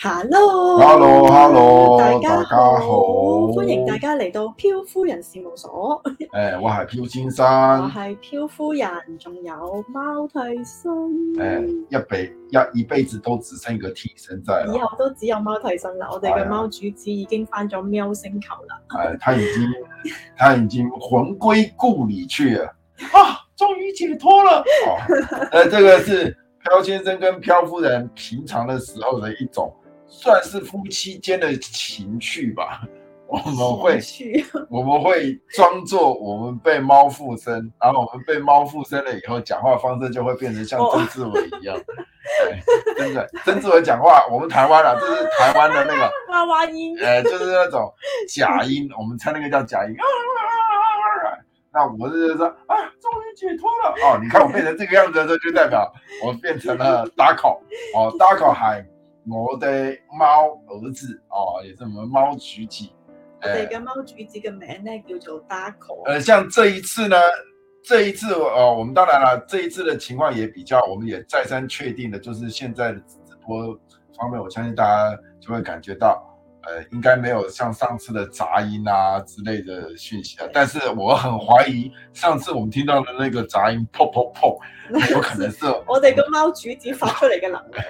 Hello， 大家家好， 歡迎大家嚟到漂夫人事務所。 我係漂先生， 我係漂夫人，仲有貓替身。 一輩子都只剩一個替身在了。 以後都只有貓替身啦。我哋嘅貓主子已經返咗喵星球啦。 他已經魂歸故裡去了啊！終於解脫了。這個是漂先生跟漂夫人平常的時候的一種。算是夫妻間的情趣吧，我們會裝作我們被貓附身，然後我們被貓附身了以後，講話方式就會變成像曾志偉一樣。真的，曾志偉講話，我們台灣這是台灣的那個娃娃音， 就是那種假音，我們猜那個叫假音。那我就是說啊，終於解脫了哦！你看我變成這個樣子的時候，就代表我變成了Darko哦，Darko係我的貓兒子哦，也是我們貓主子。 我哋嘅貓主子嘅名咧叫做 Darko。 像這一次呢，我們當然了，這一次的情況也比較，我們也再三確定的，就是現在的直播方面，我相信大家就會感覺到，應該沒有像上次的雜音啊之類的訊息啊。但是我很懷疑，上次我們聽到的那個雜音，砰砰砰。有可能是我哋個貓主子發出嚟嘅能量，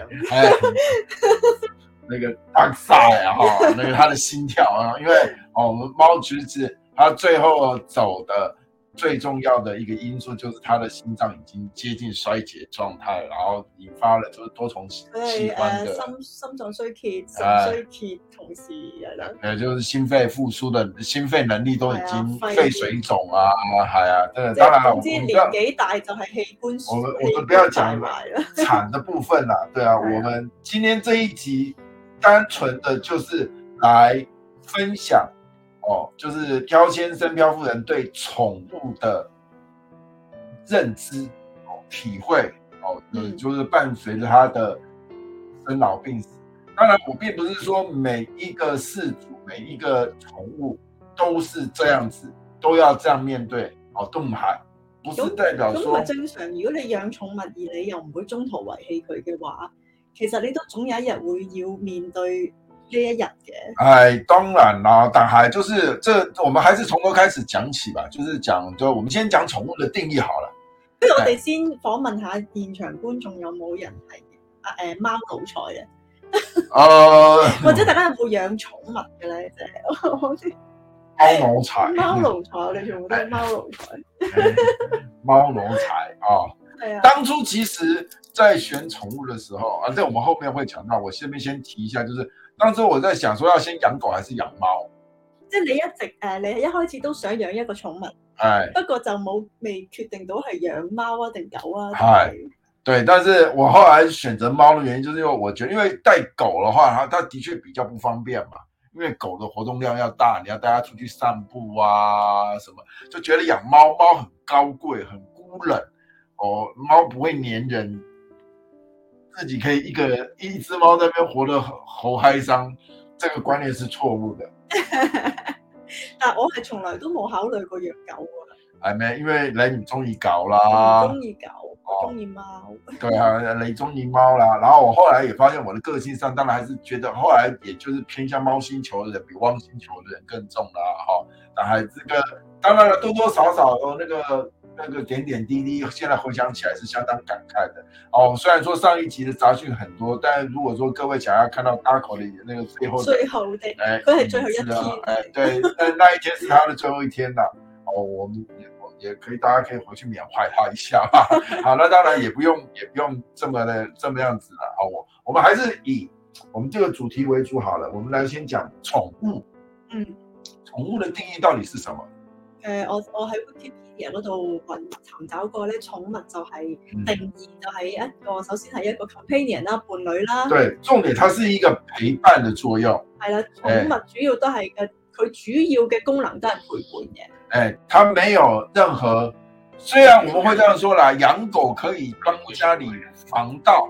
那個當曬啊，那個他的心跳啊，因為我們貓主子他最後走的最重要的一個因素就是他的心臟已經接近衰竭狀態，然後引發了就是多重器官的心臟衰竭、腎衰竭，同時就是心肺復甦的心肺能力都已經肺水腫啊，係啊，當然了， 總之年紀大就係器官衰竭， 我們不要講慘的部分啦，對啊，我們今天這一集單純的就是來分享就是漂先生、漂夫人對寵物的認知、體會就是伴隨着他的生老病死。當然，我並不是說每一個飼主、每一個寵物都是這樣子，都要這樣面對動物孩，不是代表說咁正常。如果你養寵物而你又唔會中途遺棄佢嘅話，其實你都總有一日會要面對呢一日嘅。 當然啦，但係就是我們還是從頭開始講起吧，就是我們先講寵物的定義好了。 不如我哋先訪問下現場觀眾有冇人係貓奴才嘅？或者大家有冇養寵物嘅咧？ 貓奴才， 貓奴才，我哋全部都係貓奴才。 貓奴才啊！當初其實在選寵物的時候這我們後面會講到，我先提一下，就是當初我在想說要先養狗還是養貓。 即係你一直你一開始都想養一個寵物，不過就未決定到係養貓啊定狗啊。 對，但是我後來選擇貓的原因，就是因為我覺得，因為帶狗的話，它的確比較不方便嘛，因為狗的活動量要大，你要帶它出去散步啊，什麼，就覺得養貓很高貴，很孤冷，貓不會黏人，自己可以一隻貓在那邊活得好嗨傷，這個觀念是錯誤的。 但我係從來都冇考慮過養狗㗎。 因為你唔中意狗啦， 唔中意狗。我中意貓， 對啊，你中意貓啦。然後我後來也發現，我的個性上，當然還是覺得，後來也就是偏向貓星球的人比汪星球的人更重啦，但係這個當然了，多多少少那個點點滴滴，現在回想起來是相當感慨的。雖然說上一集的雜訊很多，但如果說各位想要看到Darko的那個最後的， 佢係最後一天， 對，那一天是他的最後一天啦。我們也可以，大家可以回去緬懷他一下。好，那當然也不用這麼樣子了。我們還是以我們這個主題為主好了。我們來先講寵物。寵物的定義到底是什麼？ 我喺 Wikipedia 嗰度尋找過咧，寵物就係定義就係一個，首先係一個 companion 啦，伴侶啦。對， 重點，它是一個陪伴的作用。 係啦，寵物主要都係佢主要嘅功能都係陪伴嘅。 它沒有任何，雖然我們會這樣說啦，養狗可以幫家裏防盜，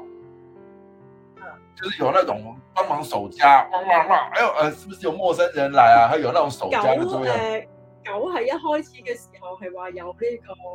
就是有那種幫忙守家，是不是有陌生人來啊？它有那種守家的作用。 狗係一開始嘅時候係話有呢個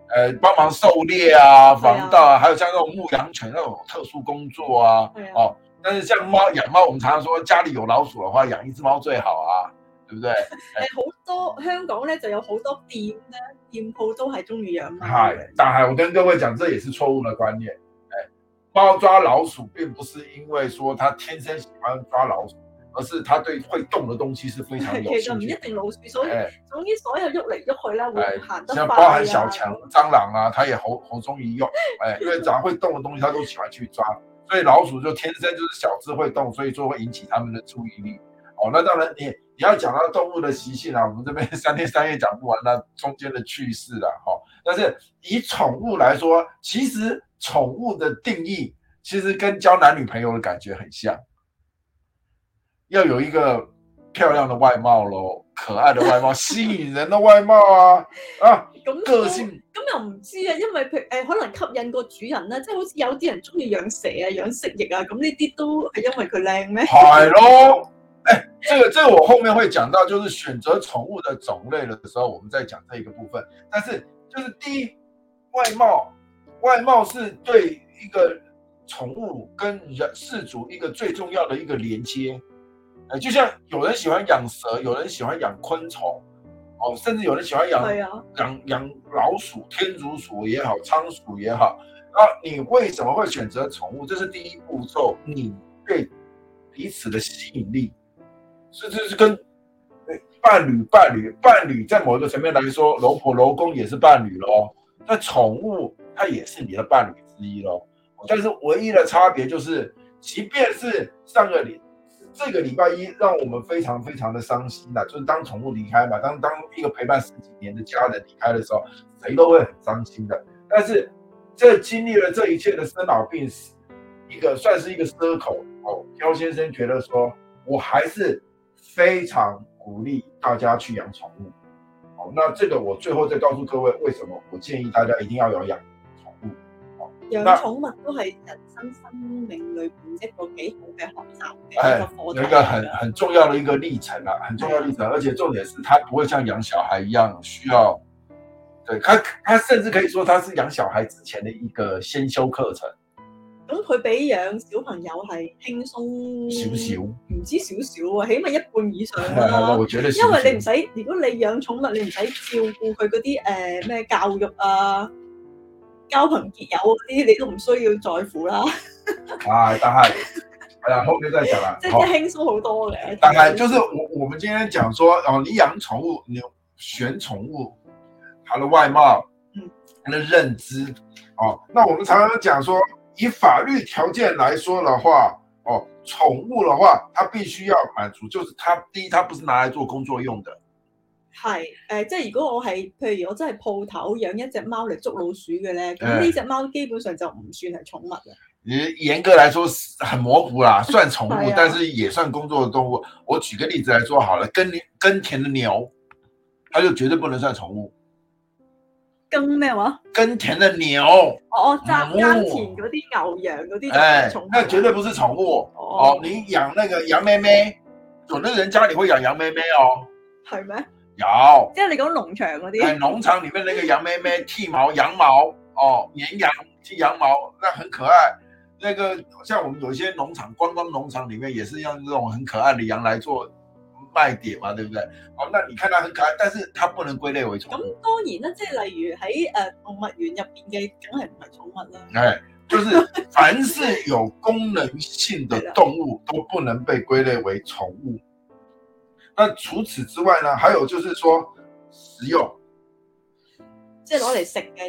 帮忙狩猎啊、防盗啊，还有像那种牧羊犬那种特殊工作啊，哦，但是像养猫，我们常常说家里有老鼠的话，养一只猫最好啊，对不對？ 好多香港咧就有好多店咧，店鋪都係中意養貓嘅。 但係我跟各位講，這也是錯誤的觀念。貓抓老鼠並不是因為說它天生喜歡抓老鼠，而是它對會動的東西是非常有興趣。 其實唔一定老鼠，所以總之所有喐嚟喐去啦，會行得快啊。 像包含小強、蟑螂啊，它也好中意用，因為只要會動的東西，它都喜歡去抓。所以老鼠就天生就是小隻會動，所以說會引起它們的注意力。那當然你要講到動物的習性啊，我們這邊3天3夜講不完，那中間的趣事啦，但是以寵物來說，其實寵物的定義其實跟交男女朋友的感覺很像，要有一個漂亮的外貌咯，可愛的外貌，吸引人的外貌啊，個性咁又唔知啊，因為可能吸引個主人咧，即係好似有啲人中意養蛇啊、養蜥蜴啊，咁呢啲都係因為佢靚咩？ 係咯。這個我後面會講到，就是選擇寵物的種類的時候，我們再講這一個部分。但是，就是第一，外貌是對一個寵物跟飼主一個最重要的一個連接。就像有人喜歡養蛇，有人喜歡養昆蟲，甚至有人喜歡養老鼠、天竺鼠也好，倉鼠也好。你為什麼會選擇寵物？這是第一步驟，你對彼此的吸引力。是跟伴侶在某一個層面來說，老婆老公也是伴侶咯。那寵物它也是你的伴侶之一咯。但是唯一的差別就是即便是這個禮拜一讓我們非常非常的傷心的，就是當寵物離開嘛，當一個陪伴10幾年的家人離開的時候，誰都會很傷心的。但是這經歷了這一切的生老病死，算是一個 circle。漂先生覺得說，我還是非常鼓勵大家去養寵物。那這個我最後再告訴各位，為什麼我建議大家一定要有養寵物。 養寵物都係人生命裏面一個幾好嘅學習嘅一個課題， 有一個很重要的一個歷程啊，很重要的歷程，而且重點是它不會像養小孩一樣需要，對，它甚至可以說它是養小孩之前的一個先修課程。 咁佢比養小朋友係輕鬆少少， 唔知少少啊，起碼一半以上啦。 我覺得因為你唔使，如果你養寵物，你唔使照顧佢嗰啲咩教育啊、交朋結友嗰啲，你都唔需要在乎啦。 但係後面再講啦， 即係輕鬆好多嘅。 但係就是我們今天講說，你養寵物，你選寵物，它的外貌，它的認知，那我們常常講說，以法律條件來說的話，寵物的話，它必須要滿足，就是第一，它不是拿來做工作用的。 係即係如果我係，譬如我真係鋪頭養一隻貓嚟捉老鼠嘅咧，咁呢隻貓基本上就唔算係寵物啦。 嚴格來說很模糊啦，算寵物，但是也算工作的動物。我舉個例子來說好了，耕田的牛，它就絕對不能算寵物。 耕咩話？ 耕田的牛， 耕田嗰啲牛羊嗰啲就係寵物， 那絕對不是寵物。你養那個羊咩咩，有的人家裏會養羊咩咩哦。係咩？有，即係你講農場嗰啲。農場裏面那個羊咩咩剃毛、羊毛綿羊剃羊毛，那很可愛。那個像我們有一些農場，觀光農場裏面也是用這種很可愛的羊來做賣點嘛，對不對？那你看它很可愛，但是它不能歸類為寵物。咁當然啦，即係例如喺動物園入邊嘅，梗係唔係寵物啦。就是凡是有功能性的動物都不能被歸類為寵物。那除此之外呢，還有就是說食用，即係攞嚟食嘅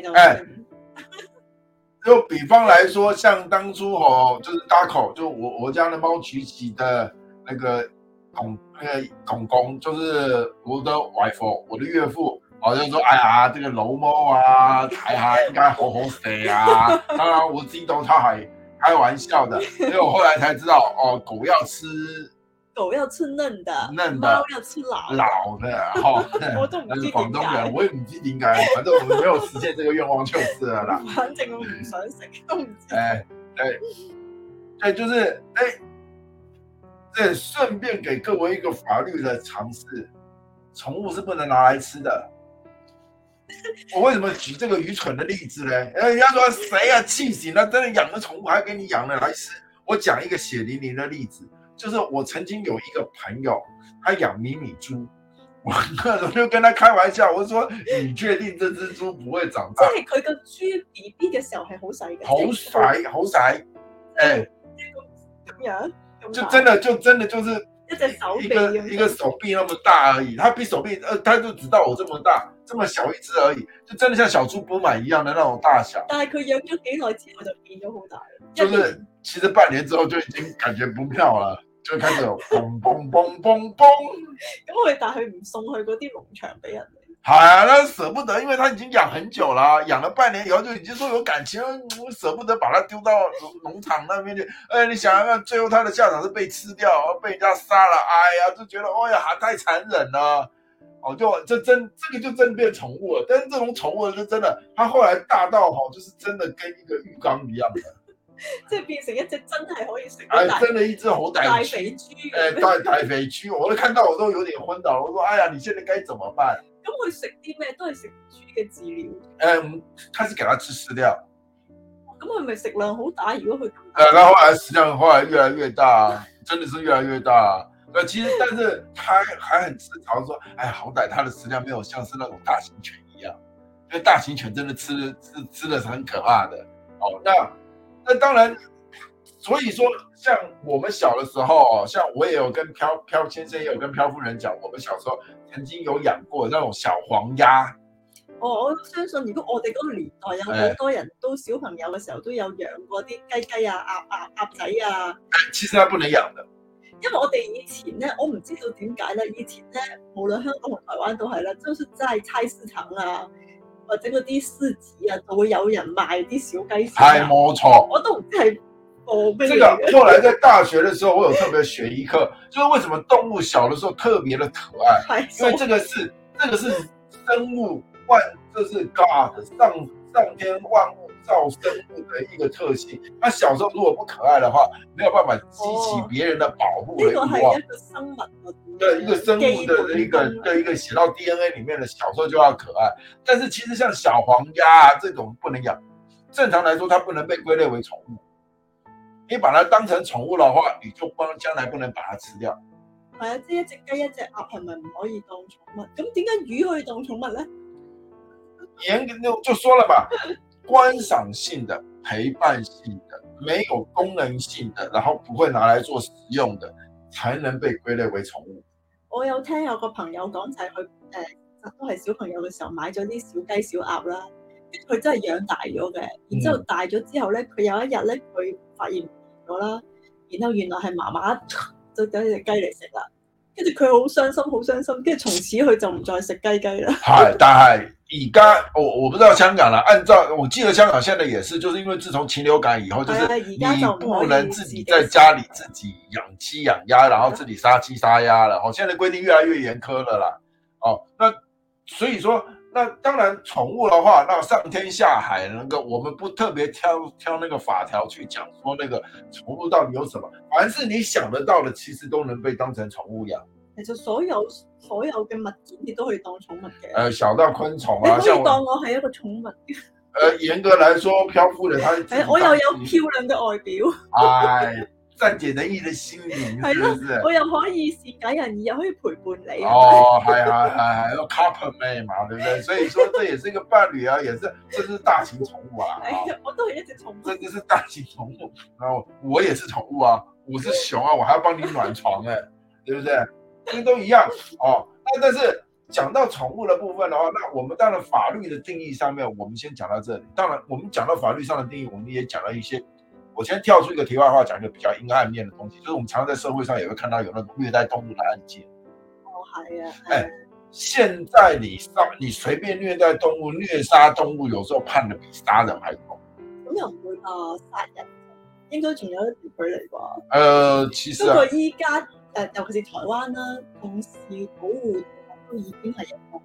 就比方來說，像當初就是大口，就我家的貓曲奇的那個公公，就是我的外父，我的岳父，就說哎呀，這個老貓啊，睇下應該好好食啊。當然我知道他還開玩笑的，因為我後來才知道，狗要吃嫩的，貓要吃老的。我都唔知廣東人，我也唔知點解，反正我們沒有實現這個願望就是了啦。反正我唔想食，都唔知。對，就是順便給各位一個法律的常識，寵物是不能拿來吃的。 我为什么举这个愚蠢的例子呢？人家说谁啊，气死了，真的养了宠物还给你养了来吃。我讲一个血淋淋的例子，就是我曾经有一个朋友，他养迷你猪。我那时候就跟他開玩笑，我說：你確定這隻豬不會長大？ 即係佢個豬 BB 嘅時候係好細嘅， 好細好細，誒， 咁樣， 就真的就是一隻手臂一個手臂那麼大而已，它比手臂它就只到我這麼大，這麼小一隻而已，就真的像小豬不滿一樣的那種大小。 但係佢養咗幾耐之後就變咗好大， 就是其實半年之後就已經感覺不妙了。就開始有嘣嘣嘣嘣嘣， 咁但係佢唔送去嗰啲農場俾人哋。 係啊，那捨不得，因為他已經養很久啦，養了半年以後就已經說有感情，捨不得把它丟到農場那邊去。你想想看，最後他的下場是被吃掉，被人家殺了，哎呀，就覺得哎呀，太殘忍了。這個就真變寵物了，但是這種寵物是真的，它後來大到就是真的跟一個浴缸一樣的。 即係變成一隻真係可以食真的一隻好大肥豬， 大肥豬，我都看到我都有點昏倒，我說哎呀，你現在該怎麼辦？ 咁佢食啲咩？都係食豬嘅飼料。 開始給它吃飼料。 咁佢咪食量好大？如果佢那後來食量後來越來越大，真的是越來越大。其實但是他還很自嘲說，哎，好歹他的食量沒有像是那種大型犬一樣，因為大型犬真的吃的是很可怕的。那當然，所以說，像我們小的時候，像我也有跟飄先生，也有跟飄夫人講，我們小時候曾經有養過那種小黃鴨。 我相信，如果我哋嗰個年代有好多人都小朋友嘅時候都有養過啲雞啊、鴨仔啊。 其實係不能養的， 因為我哋以前咧，我唔知道點解咧，以前咧，無論香港同台灣都係啦，就是在菜市場啊。或者嗰啲市集啊，就會有人賣啲小雞。 係冇錯， 我都唔知係咩。 這個後來在大學的時候，我有特別學一課，就是為什麼動物小的時候特別的可愛，因為這個是生物這是 God 上天萬物造生物的一個特性。它小時候如果不可愛的話，沒有辦法激起別人的保護的慾望。 呢個係一個生物對，一個生物的一個寫到 DNA 裡面的，小時候就要可愛。但是其實像小黃鴨啊這種不能養，正常來說它不能被歸類為寵物。你把它當成寵物的話，你就將來不能把它吃掉。 係啊，即係一隻雞一隻鴨係咪唔可以當寵物？咁點解魚可以當寵物咧？ 就說了吧，觀賞性的、陪伴性的、沒有功能性的，然後不會拿來做食用的，才能被歸類為寵物。 我有聽有個朋友講就係佢都係小朋友嘅時候買咗啲小雞小鴨啦，跟住佢真係養大咗嘅，然之後大咗之後咧，佢有一日咧佢發現唔咗啦，然後原來係媽媽就攞隻雞嚟食啦，跟住佢好傷心好傷心，跟住從此佢就唔再食雞雞啦。 係，但係而家我不知道香港啦，按照我記得香港現在也是，就是因為自從禽流感以後，就是你不能自己在家裡自己養雞養鴨，然後自己殺雞殺鴨了。現在規定越來越嚴苛了啦。那所以說，那當然寵物的話，那上天下海那個，我們不特別挑那個法條去講說那個寵物到底有什麼，凡是你想得到的，其實都能被當成寵物養。 其實所有嘅物件你都可以當寵物嘅。 小到昆蟲啊， 你可以當我係一個寵物。 嚴格來說，漂夫人她我又有漂亮嘅外表， 善解人意的心靈，係不是？ 我又可以善解人意，又可以陪伴你。 係要 compliment 嘛，對不對？所以說這也是一個伴侶啊，這是大型寵物啊。 我都係一隻寵物。 這是大型寵物，然後我也是寵物啊，我是熊啊，我還要幫你暖床對不對？這都一樣但是講到寵物的部分的話，那我們當然法律的定義上面，我們先講到這裡。當然，我們講到法律上的定義，我們也講了一些。我先跳出一個題外話，講一個比較陰暗面的東西，就是我們常常在社會上也會看到有那種虐待動物的案件。 係啊。 現在你隨便虐待動物、虐殺動物，有時候判得比殺人還重。 咁又唔會殺人應該仲有一段距離啩？ 其實不過依家尤其是台灣啦，同事保護動物都已經係一個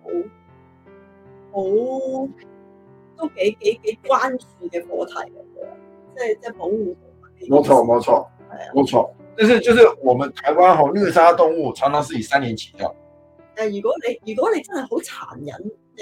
好都幾關注嘅課題嚟嘅，即係保護動物。 冇錯，冇錯。就是我們台灣虐殺動物常常是以3年起跳。 如果你真係好殘忍地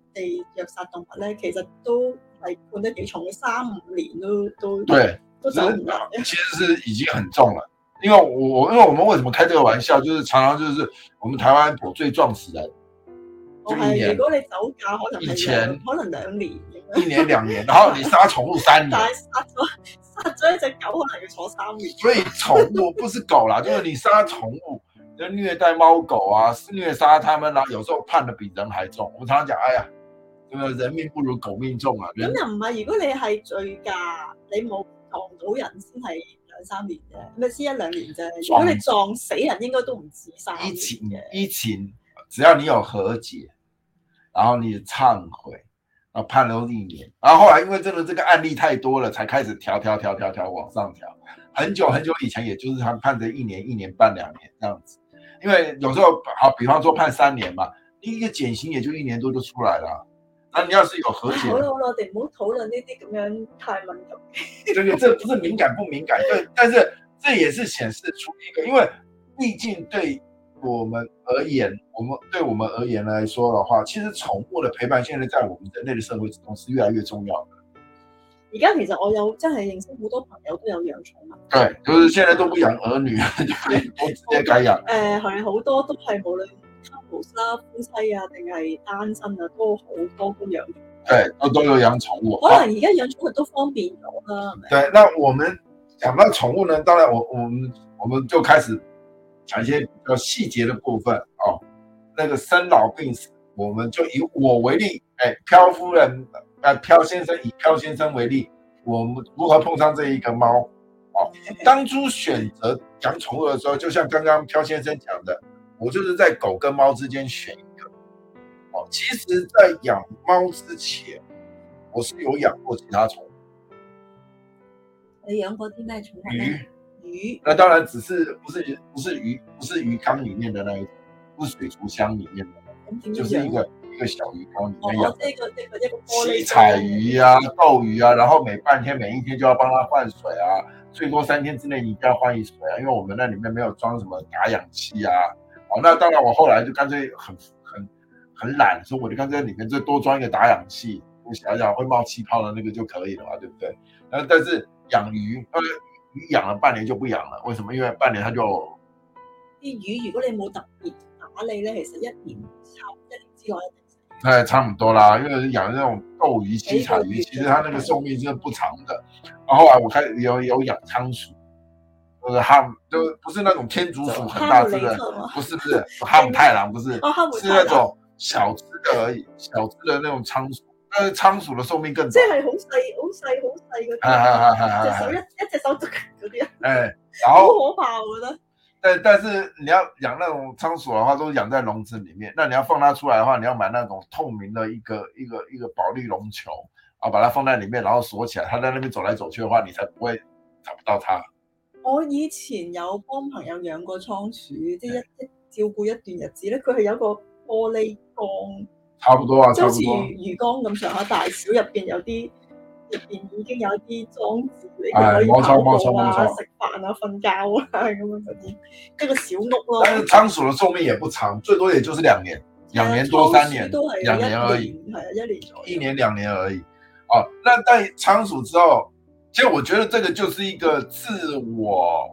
地虐殺動物咧，其實都係判得幾重嘅，3-5年都對， 都走唔甩。 其實是已經很重了。因為我們為什麼開這個玩笑，就是常常就是我們台灣有最撞死人，就一年。 如果你酒駕，可能以前可能2年 ，1年2年，然後你殺寵物3年， 但係殺咗一隻狗，可能要坐3年。 所以寵物不是狗啦，就是你殺寵物，就虐待貓狗啊，虐殺他們啦，有時候判得比人還重。我們常常講，哎呀，這個人命不如狗命重啊。 咁又唔係，如果你係醉駕，你冇撞到人先係2-3年啫，咪先1-2年啫。如果你撞死人，應該都唔止3年嘅。 疫情，只要你有和解，然後你懺悔，然後判了1年，然後後來因為真的這個案例太多了，才開始調往上調。很久以前，也就是他判成1年、1年半、2年這樣子。因為有時候好，比方說判3年嘛，一個減刑也就1年多就出來了。那你要是有和解， 好啦，我哋唔好討論呢啲咁樣太敏感。 這不是敏感不敏感，對，但是這也是顯示出一個，因為畢竟對我們而言，對我們而言來說的話，其實寵物的陪伴，現在在我們人類的社會之中是越來越重要的。 而家其實我有真係認識好多朋友都有養寵物。 對，就是現在都不養兒女，都直接改養。 係好多都係無論 couple 啦、夫妻啊，定係單身啊，都好多都養。 對，都有養寵物。 可能而家養寵物都方便咗啦，係咪？ 對，那我們講到寵物呢，當然我們就開始講一些比較細節的部分哦。那個生老病死，我們就以我為例，漂夫人。漂先生以漂先生為例，我們如何碰上這一個貓？哦，當初選擇養寵物的時候，就像剛剛漂先生講的，我就是在狗跟貓之間選一個。哦，其實，在養貓之前，我是有養過其他寵物。 你養過啲咩寵物？魚。那當然不是魚缸裡面的那一種，不是水族箱裡面的，就是一個小魚缸裡面養七彩魚啊、鬥魚啊，然後每一天就要幫它換水啊，最多3天之內你一定要換一水啊，因為我們那裡面沒有裝什麼打氧器啊。哦，那當然我後來就乾脆很懶，所以我就乾脆裡面就多裝一個打氧器，我想想會冒氣泡的那個就可以了嘛，對不對？但是養魚，魚養了半年就不養了，為什麼？因為半年它就啲魚，如果你冇特別打理咧，其實1年之內。 差不多啦，因為養那種鬥魚、七彩魚，其實它那個壽命是不長的。然後後來我開始有養倉鼠，就不是那種天竺鼠很大隻的，不是哈姆太郎，不是，是那種小隻的而已，小隻的那種倉鼠。但是倉鼠的壽命更長， 即係好細嗰啲，一隻手捉嗰啲， 然後好可怕，我覺得。 但是你要養那種倉鼠的話，都養在籠子裡面。那你要放它出來的話，你要買那種透明的一個保麗龍球，然後把它放在裡面，然後鎖起來。它在那邊走來走去的話，你才不會找不到它。我以前有幫朋友養過倉鼠，即係一照顧一段日子咧，佢係有個玻璃缸， 差不多啊， 就好似魚缸咁上下大小，入邊已經有啲裝置，你可以跑步啊、食飯啊、瞓覺啊咁樣嗰啲，一個小屋咯。 但是倉鼠的壽命也不長，最多也就是2年，2年多3年，2年而已， 係啊，1年 2年而已。哦，那在倉鼠之後，其實我覺得這個就是一個自我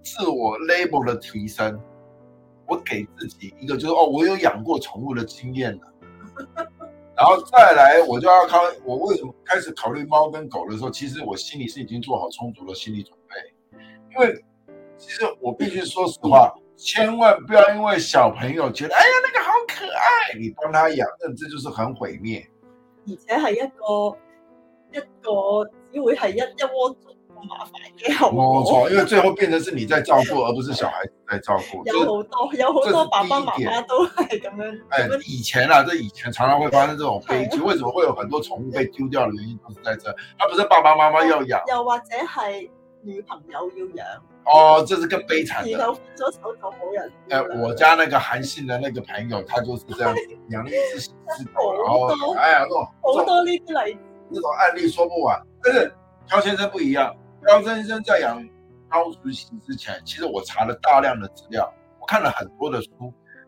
label 的提升。我給自己一個就是我有養過寵物的經驗了。然後再來，我就要我為什麼開始考慮貓跟狗的時候，其實我心裡是已經做好充足的心理準備。因為其實我必須說實話，千萬不要因為小朋友覺得，哎呀，那個好可愛，你幫他養，那這就是很毀滅。 而且係一個只會係一窩粥咁麻煩嘅後果。 冇錯，因為最後變成是你在照顧，而不是小孩子在照顧。 有好多爸爸媽媽都係咁樣。 以前常常會發生這種悲劇。為什麼會有很多寵物被丟掉的原因，都是在這。它不是爸爸媽媽要養， 又或者係女朋友要養。 哦，這是更悲慘的。 然後分咗手就冇人。 我家那個韓信的那個朋友，他就是這樣養了一隻狗，然後好多呢啲例子， 這種案例說不完。但是漂先生不一樣，漂先生在養貓鼠之前，其實我查了大量的資料，我看了很多的書。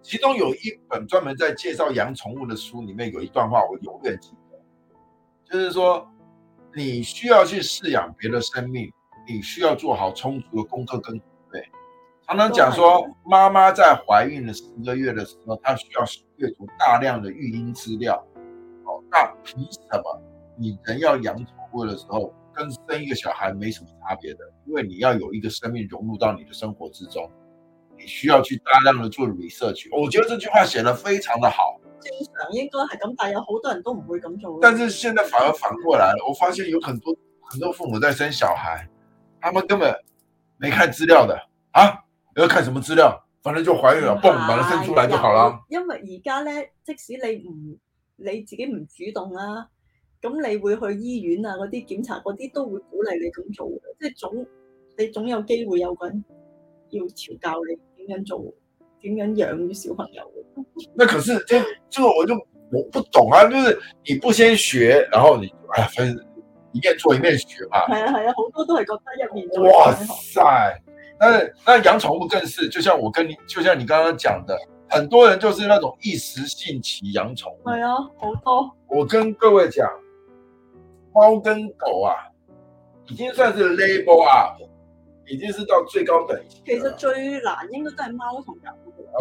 其中有一本专门在介绍养宠物的书，里面有一段话我永远记得，就是说你需要去饲养别的生命，你需要做好充足的功课跟准备。常常讲说，妈妈在怀孕的10个月的时候，她需要阅读大量的育婴资料。那凭什么你人要养宠物的时候，跟生一个小孩没什么差别的？因为你要有一个生命融入到你的生活之中，你需要去大量的做 research。我觉得这句话写得非常的好。 正常應該係咁，但係有好多人都唔會咁做。 但是現在反而反過來了，我發現有很多父母在生小孩，他們根本沒看資料的啊，要看什麼資料？反正就懷孕了，嘣，把它生出來就好了。 因為而家咧，即使你自己唔主動啦，咁你會去醫院啊嗰啲檢查嗰啲都會鼓勵你咁做嘅，即係你總有機會有個人要調教你點樣做。點樣養小朋友？ 那可是這個我不懂啊，就是你不先學，然後你反正一面做一面學嘛。 係啊，好多都係覺得一面做。 哇塞，那養寵物更是，就像你剛剛講的，很多人就是那種一時興起養寵物。 係啊，好多。 我跟各位講，貓跟狗啊，已經算是 level up，已經是到最高等級。 其實最難應該都係貓同狗。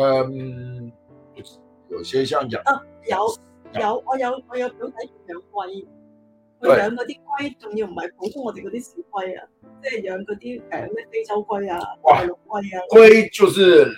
有些像養我有表弟養龜，佢養嗰啲龜，仲要唔係普通我哋嗰啲小龜啊，即係養嗰啲咩非洲龜啊、大陸龜啊。龜就是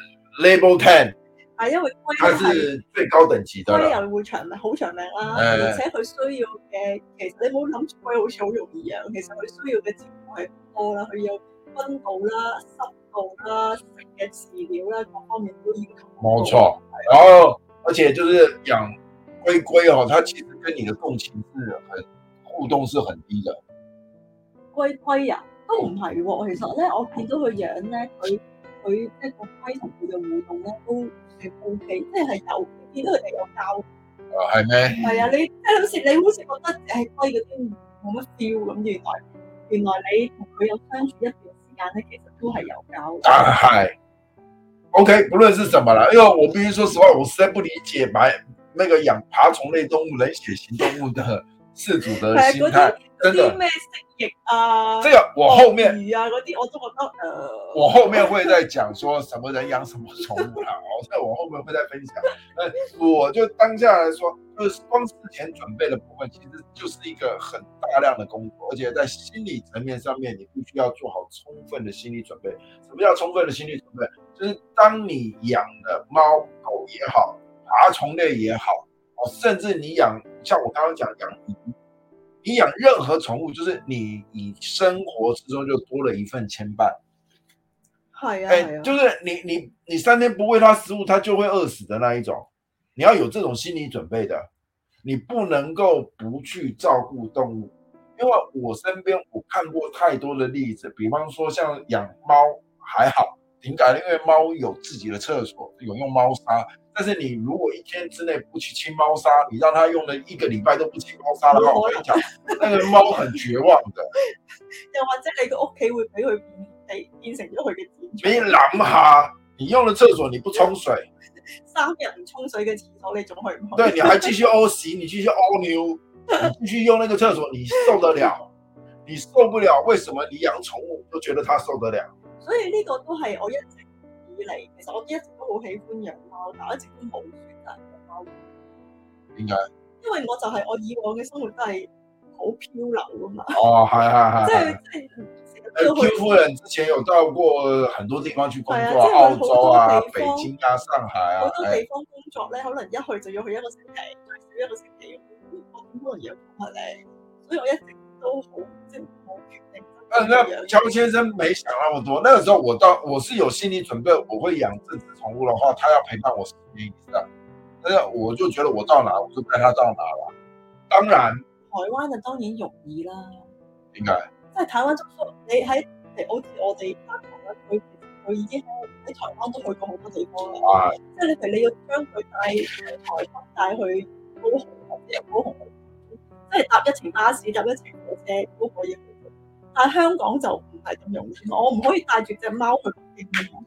level 10， 係因為龜它是最高等級的。 龜又會好長命啦，而且佢需要嘅其實你冇諗住龜好似好容易養，其實佢需要嘅照顧係多啦，佢有溫度啦、濕度啦、食嘅飼料啦，各方面都要求。 冇錯，然後而且就是養龜哦，它其實跟你的共情是互動是很低的。 龜啊，都唔係喎，其實咧我見到佢養咧，佢即係個龜同佢嘅互動咧都係 OK，即係有見到佢哋有交。 係咩？ 係啊，你好似覺得龜嗰啲冇乜 feel 咁，原來你同佢有相處一段時間咧，其實都係有交。 係 OK， 不論是什麼啦，因為我必須說實話，我實在不理解那個養爬蟲類動物、冷血型動物的飼主的心態，真的。 咩蜥蜴啊， 這個我後面魚啊嗰啲，我都覺得我後面會再講說什麼人養什麼寵物啦，我後面會再分享。我就當下來說，就是光事前準備的部分，其實就是一個很大量的工作，而且在心理層面上面，你必須要做好充分的心理準備。什麼叫充分的心理準備？就是當你養的貓狗也好，爬蟲類也好，甚至你養，像我剛剛講養魚，你養任何寵物，就是你生活之中就多了一份牽絆。 係啊， 就是你3天不餵它食物，它就會餓死的那一種。你要有這種心理準備的，你不能夠不去照顧動物。因為我身邊我看過太多的例子，比方說像養貓還好，點解？因為貓有自己的廁所，有用貓砂。但是你如果1天之內不去清貓砂，你讓它用了1個禮拜都不清貓砂的話，我跟你講，那個貓很絕望的。 又或者你個屋企會俾佢變成咗佢嘅戰場。 你諗下，你用了廁所你不沖水 ，3日唔沖水嘅廁所你仲去唔去？ 對，你還繼續屙屎，你繼續屙尿，你繼續用那個廁所，你受得了？你受不了，為什麼你養寵物都覺得它受得了？ 所以呢個都係我一直以嚟，其實我一直都好喜歡養貓，但我一直都冇選擇養貓。 點解？ 因為我以往嘅生活都係好漂流噶嘛。 哦，係。 即係 Q 夫人之前有到過很多地方去工作，澳洲啊、北京啊、上海啊， 好多地方工作咧，可能一去就要去1個星期，最少1個星期，我點可能養寵物咧？所以我一直都好即係冇決定。 那喬先生沒想那麼多，那個時候我是有心理準備，我會養這隻寵物的話，它要陪伴我10年以上，但是我就覺得我到哪我就帶它到哪了。當然， 台灣就當然容易啦。 點解？ 即係台灣你喺好似我哋家庭咧，佢已經喺台灣都去過好多地方啦。即係你要將佢帶台灣帶去高雄或者由高雄去，即係搭一程巴士、搭一程火車都可以去。但係香港就唔係咁容易，我唔可以帶住隻貓去北京。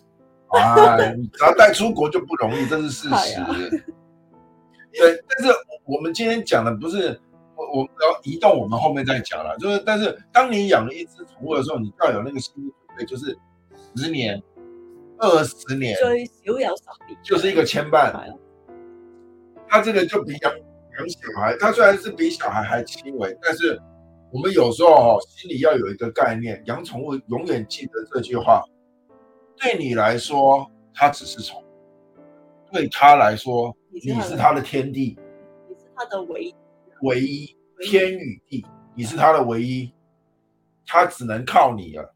你只要带出国就不容易，这是事实。对，但是我们今天讲的不是我要移动，我们后面再讲了。但是当你养了一只宠物的时候，你要有那个心理准备，就是10年、20年， 最少有10年， 就是一个牵绊。它这个就比养小孩，它虽然是比小孩还轻微，但是我们有时候心里要有一个概念，养宠物永远记得这句话：对你来说，它只是宠物；对他来说，你是他的天地， 你是他的唯一，天与地，你是他的唯一，他只能靠你了，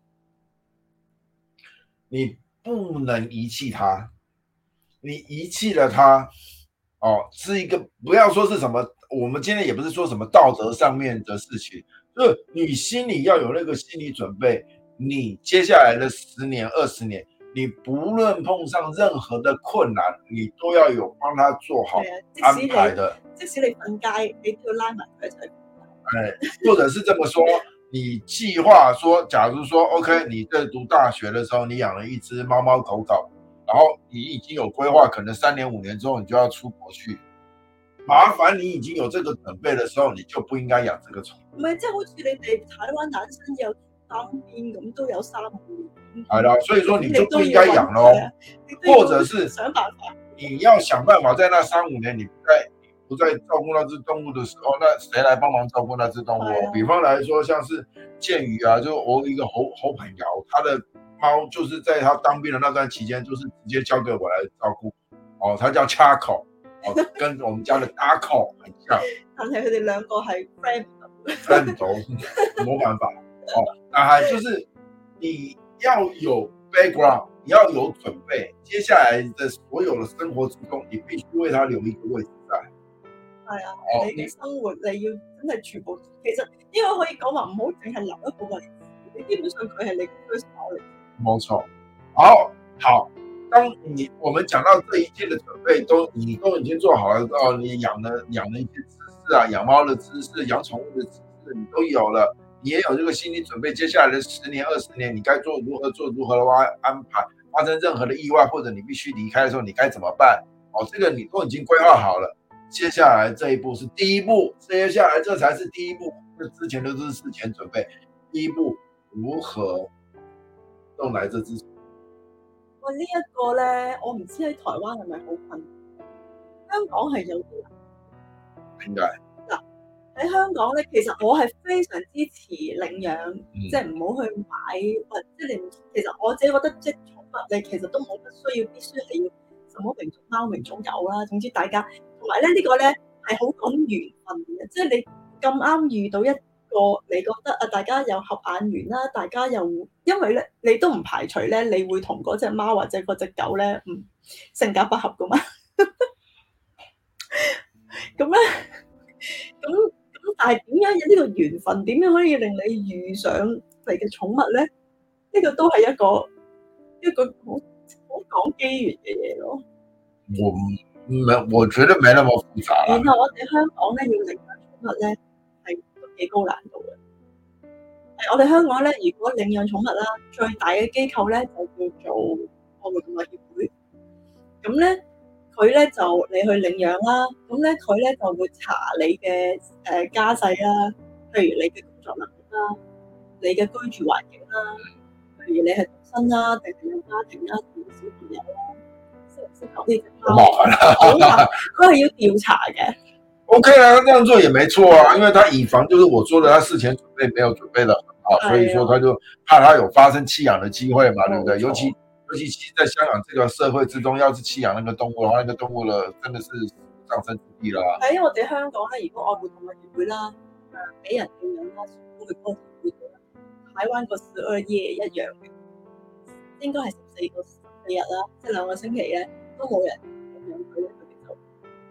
你不能遗弃他，你遗弃了他。是一个不要说是什么，我们今天也不是说什么道德上面的事情，就是你心里要有那个心理准备，你接下来的10年、20年，你不论碰上任何的困难，你都要有帮他做好安排的。 即使你瞓街，你都要拉埋佢一齊。 或者是这么说，你计划说，假如说 OK， 你在读大学的时候，你养了一只猫猫狗狗。然后你已经有规划，可能3年5年之后你就要出國去，麻煩你已經有這個準備的時候，你就不應該養這個寵物。 唔係，即係好似你哋台灣男生有當兵咁，都有3、5年。 係啦，所以說你就不應該養咯，或者是想辦法， 你要想辦法在那3、5年你不再照顧那隻動物的時候，那誰來幫忙照顧那隻動物？比方來說，像是劍宇啊，就我一個好朋友，他的貓就是在他當兵的那段期間，就是直接交給我來照顧。他叫 Chaco，跟我們家的 Daco 很像。 但係佢哋兩個係 friend 唔到，冇辦法。但係就是你要有 background， 你要有準備，接下來的所有的生活之中，你必須為他留一個位置在。 係啊，你嘅生活你要真係全部，其實應該可以講話唔好淨係留一個位置，你基本上佢係你嘅 first priority。冇錯。 好，當我們講到這一切的準備你都已經做好了，你養了一些知識啊，養貓的知識，養寵物的知識你都有了，你也有這個心理準備，接下來的10年、20年，你該做如何的安排，發生任何的意外或者你必須離開的時候，你該怎麼辦？這個你都已經規劃好了。接下來這一步是第一步，接下來這才是第一步，這之前都是事前準備。第一步如何弄來這隻？ 哇！呢一個咧，我唔知喺台灣係咪好困難，香港係有啲難。 點解？ 嗱，喺香港咧，其實我係非常支持領養，即係唔好去買，或者你其實我自己覺得即係寵物，你其實都冇乜需要必須係要什麼名種貓名種狗啦。總之大家同埋咧呢個咧係好講緣分嘅，即係你咁啱遇到一個你覺得大家有合眼緣啦，大家又因為咧你都唔排除咧你會同嗰隻貓或者嗰隻狗咧性格不合噶嘛。咁咧咁但係點樣有呢個緣分？點樣可以令你遇上你嘅寵物咧？呢個都係一個好講機緣嘅嘢咯。 我覺得沒那麼複雜。 然後我哋香港咧要領養寵物咧係都幾高難度嘅。我哋香港咧，如果領養寵物啦，最大嘅機構咧就叫做愛護動物協會。咁咧佢咧就你去領養啦，咁咧佢咧就會查你嘅家世啦，譬如你嘅工作能力啦，你嘅居住環境啦，譬如你係獨身啦，定係有家庭啦，定係小朋友啦。好難，佢係要調查嘅。 OK 啊，這樣做也沒錯啊，因為他以防就是我說的，他事前準備沒有準備得很好，所以說他就怕他有發生棄養的機會嘛，對不對？尤其在香港這個社會之中，要是棄養那個動物的話，那個動物的真的是上升之地啦。 係因為我哋香港咧，如果愛護動物協會啦，俾人領養啦，都會嗰個協會台灣個12夜一樣嘅，應該係14日啦，即係2個星期咧。都冇人領養佢咧，佢哋就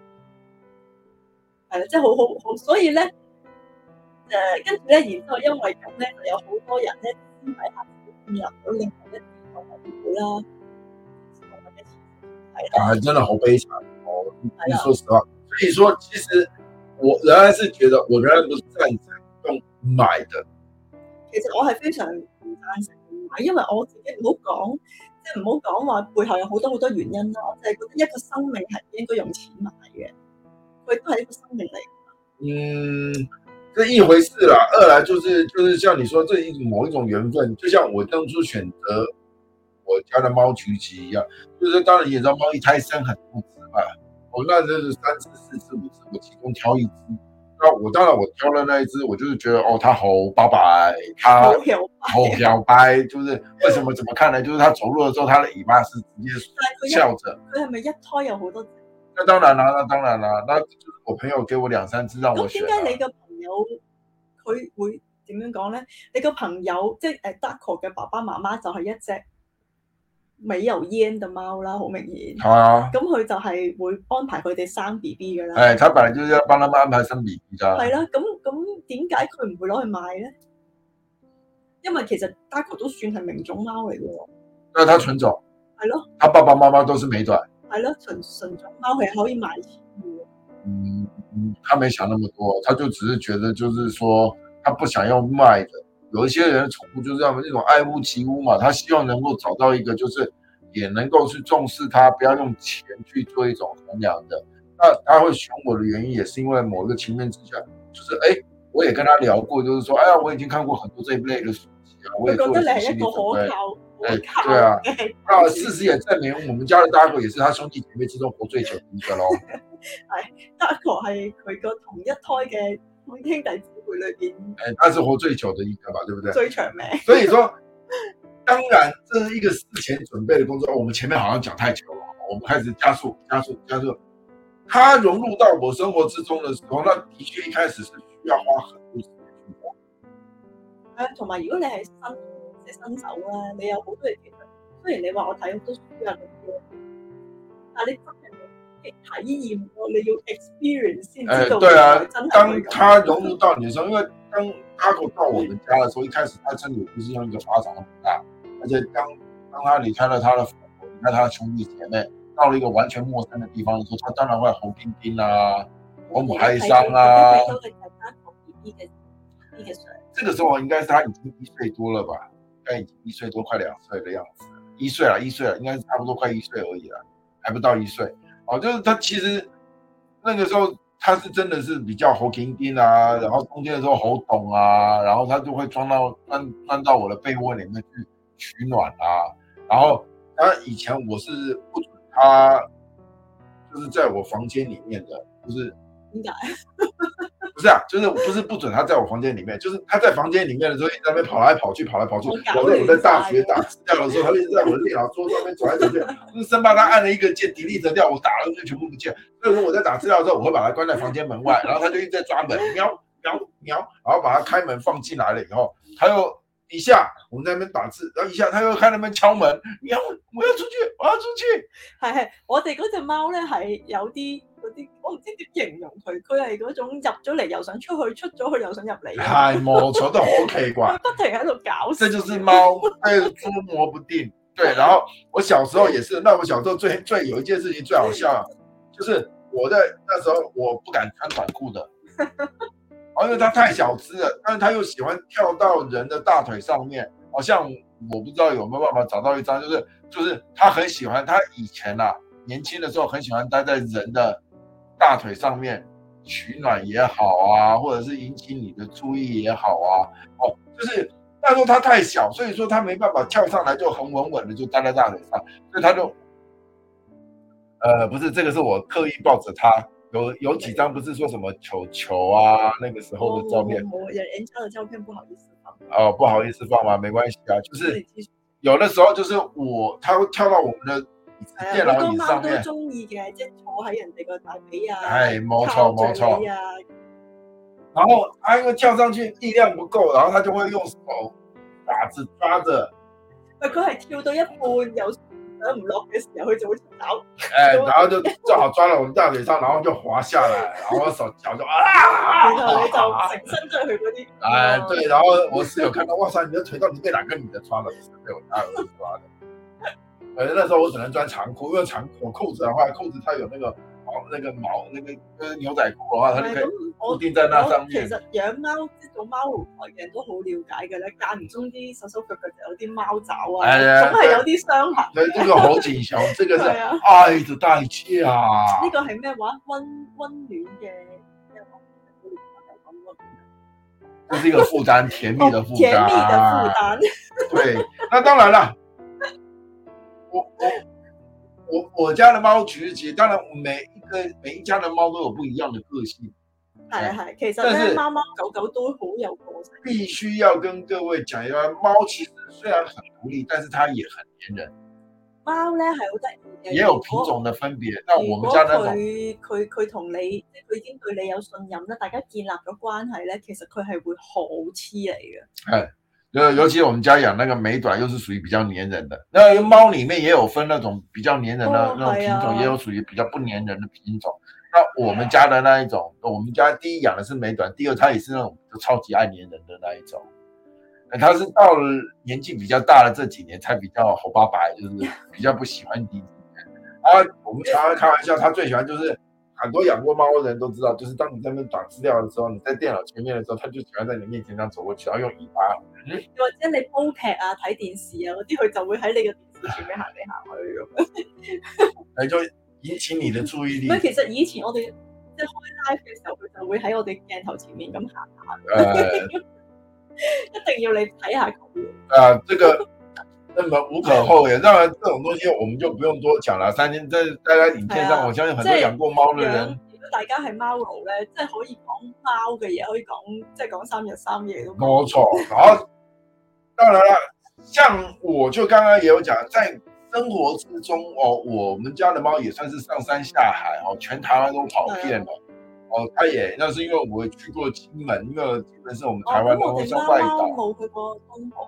係啦，即係好，所以咧跟住咧，然之後因為咁咧，就有好多人咧私底下進入到另外一啲動物協會啦， 真的好悲慘哦！說實話，所以說其實我仍然是覺得，我仍然不是贊成用買的。 其實我係非常唔贊成買，因為我自己唔好講。 即係唔好講話背後有好多好多原因啦。我就係覺得一個生命係應該用錢買嘅，佢都係一個生命嚟。 这一回事啦。二来就是像你说，这某一种缘分，就像我当初选择我家的猫橘吉一样，就是当然也知道猫一胎生很多只嘛，那就是3只、4只、5只，我其中挑一只。那我当然我挑了那一只，我就是觉得它好白白，它好摇摆，就是为什么怎么看呢？就是它走路的时候，它的尾巴是直接翘着。 佢係咪一胎有好多隻？ 那當然啦，那就是我朋友給我2、3只讓我選。 咁點解你個朋友佢會點樣講咧？你個朋友即係Darko 嘅爸爸媽媽就係一隻沒有煙嘅貓啦，好明顯。 係啊。 咁佢就係會安排佢哋生 B B 㗎啦。 他本來就是要幫他們安排生 B B 㗎。 係啦，咁點解佢唔會攞去賣咧？因為其實 Darko 都算係名種貓嚟嘅喎。 那他純種。 係咯。 他爸爸媽媽都是美短。 係咯，純種貓係可以賣錢嘅。 他沒想那麼多，他就只是覺得就是說，他不想要賣的。有一些人寵物就是這樣，那種愛屋及烏嘛，他希望能夠找到一個，就是也能夠去重視它，不要用錢去做一種衡量的。那他會選我的原因，也是因為某一個情面之下，就是我也跟他聊過，就是說，我已經看過很多這一類的書籍啊，我也做了心理準備。對啊，那事實也證明，我們家的Darko也是他兄弟姐妹之中活最久的一個咯。 係Darko係佢個同一胎嘅兄弟姊妹裏邊， 他是活最久的一個吧，對不對？ 最長命。 所以說，當然這是一個事前準備的工作。我們前面好像講太久了，我們開始加速。他融入到我生活之中的時候，那的確一開始是需要花很多時間去做。 同埋如果你係新手咧，你有好多嘢其實，雖然你話我睇好多書啊咁多，但係你真係體驗過，你要 experience 先知道。 對啊，當他融入到你的時候，因為當Darko到我們家的時候，一開始他真的不是用一個巴掌那麼大，而且當他離開了他的父母，離開他的兄弟姐妹，到了一個完全陌生的地方的時候，他當然會好驚驚啊，我唔開心啊。這個時候應該是他已經1歲多了吧，應該已經1歲多，快2歲的樣子。1歲了，應該是差不多快1歲而已啦，還不到1歲。就是他其實那個時候他是真的是比較猴丁丁啊，然後中間的時候好懂啊，然後他就會鑽到我的被窩裡面去取暖啊。然後他以前我是不准他就是在我房間裡面的，就是點解？ 不是啊，就是不是不准他在我房間裡面，就是他在房間裡面的時候，一直在那邊跑來跑去。我在大學打資料的時候，他一直在我的電腦桌上面走來走去，就是生怕他按了一個鍵 delete 掉，我打了就全部不見。所以說我在打資料的時候，我會把他關在房間門外，然後他就一直在抓門，喵喵喵，然後把他開門放進來了以後，他又一下我們在那邊打字，然後一下他又開那邊敲門，喵，我要出去，我要出去。 係，我哋嗰隻貓咧係有啲。我唔知點形容佢，佢係嗰種入咗嚟又想出去，出咗去又想入嚟。 係冇錯，都好奇怪， 不停喺度搞事。 這就是貓，捉摸不定。對，然後我小時候也是，那我小時候最有一件事情最好笑，就是我在那時候我不敢穿短褲的，因為它太小隻了，但是它又喜歡跳到人的大腿上面，好像我不知道有沒有辦法找到一張，就是它很喜歡，它以前年輕的時候很喜歡待在人的大腿上面取暖也好啊，或者是引起你的注意也好啊，就是那時候它太小，所以說它沒辦法跳上來就很穩穩的就待在大腿上，所以它就，不是，這個是我刻意抱着它，有幾張不是說什麼球啊，那個時候的照片， 人家的照片不好意思放， 不好意思放嗎？沒關係啊，就是有的時候就是它會跳到我們的電腦椅上面， 都中意嘅，即係坐喺人哋個大髀啊， 冇錯，然後他因為跳上去力量不夠，然後他就會用手把子抓着， 佢係跳到一半有想唔落嘅時候，佢就會走， 然後就正好抓到我們大腿上，然後就滑下來，然後手腳就然後你就成身都係佢嗰啲， 對，然後我室友看到，哇塞，你的腿到底被哪個女的抓了？不是被我大兒子抓的。那時候我只能穿長褲，因為長褲子的話，褲子它有那個毛，牛仔褲嘅話，它就可以固定在那上面。 其實養貓即係做貓奴台嘅人都好了解嘅咧，間唔中啲手手腳腳就有有啲貓爪啊，總係有啲傷痕。 對，呢個好景熊，這個是愛的代價。 呢個係咩話？溫暖嘅咩話？ 這是一個負擔，甜蜜的負擔。 甜蜜的負擔。 對，那當然啦。我家的貓其實當然每一家的貓都有不一樣的個性。 係，其實咧貓貓狗狗都好有個性。 必須要跟各位講一下，貓其實雖然很獨立，但是它也很黏人。 貓咧係好得意嘅， 也有品種的分別。但我們家那種佢同你，即係佢已經對你有信任啦，大家建立咗關係咧，其實佢係會好黐你嘅。 尤其我們家養那個美短，又是屬於比較黏人的。那貓裡面也有分那種比較黏人的那種品種，也有屬於比較不黏人的品種。那我們家的那一種，我們家第一養的是美短，第二它也是那種超級愛黏人的那一種。它是到了年紀比較大了這幾年才比較猴巴白，就是比較不喜歡黏人。我們常常開玩笑，他最喜歡就是很多養過貓的人都知道，就是當你在那邊打資料的時候，你在電腦前面的時候，他就喜歡在你面前這樣走過去，然後用尾巴。 或者你煲劇啊、睇電視啊嗰啲，佢就會喺你嘅電視前面行嚟行去咁樣， 就引起你的注意力。 其實以前我哋即係開 live 嘅時候，佢就會喺我哋鏡頭前面咁行下。一定要你睇下佢。 這個那麼無可厚非。當然，這種東西我們就不用多講了。3天在大家影片上，我相信很多養過貓的人， 如果大家係貓奴咧，即係可以講貓嘅嘢，可以講即係講3日3夜都冇錯。然後當然了，像我就剛剛也有講，在生活之中我們家的貓也算是上山下海全台灣都跑遍了。它也那是因為我去過金門，因為金門是我們台灣當中算外島。 冇去過東部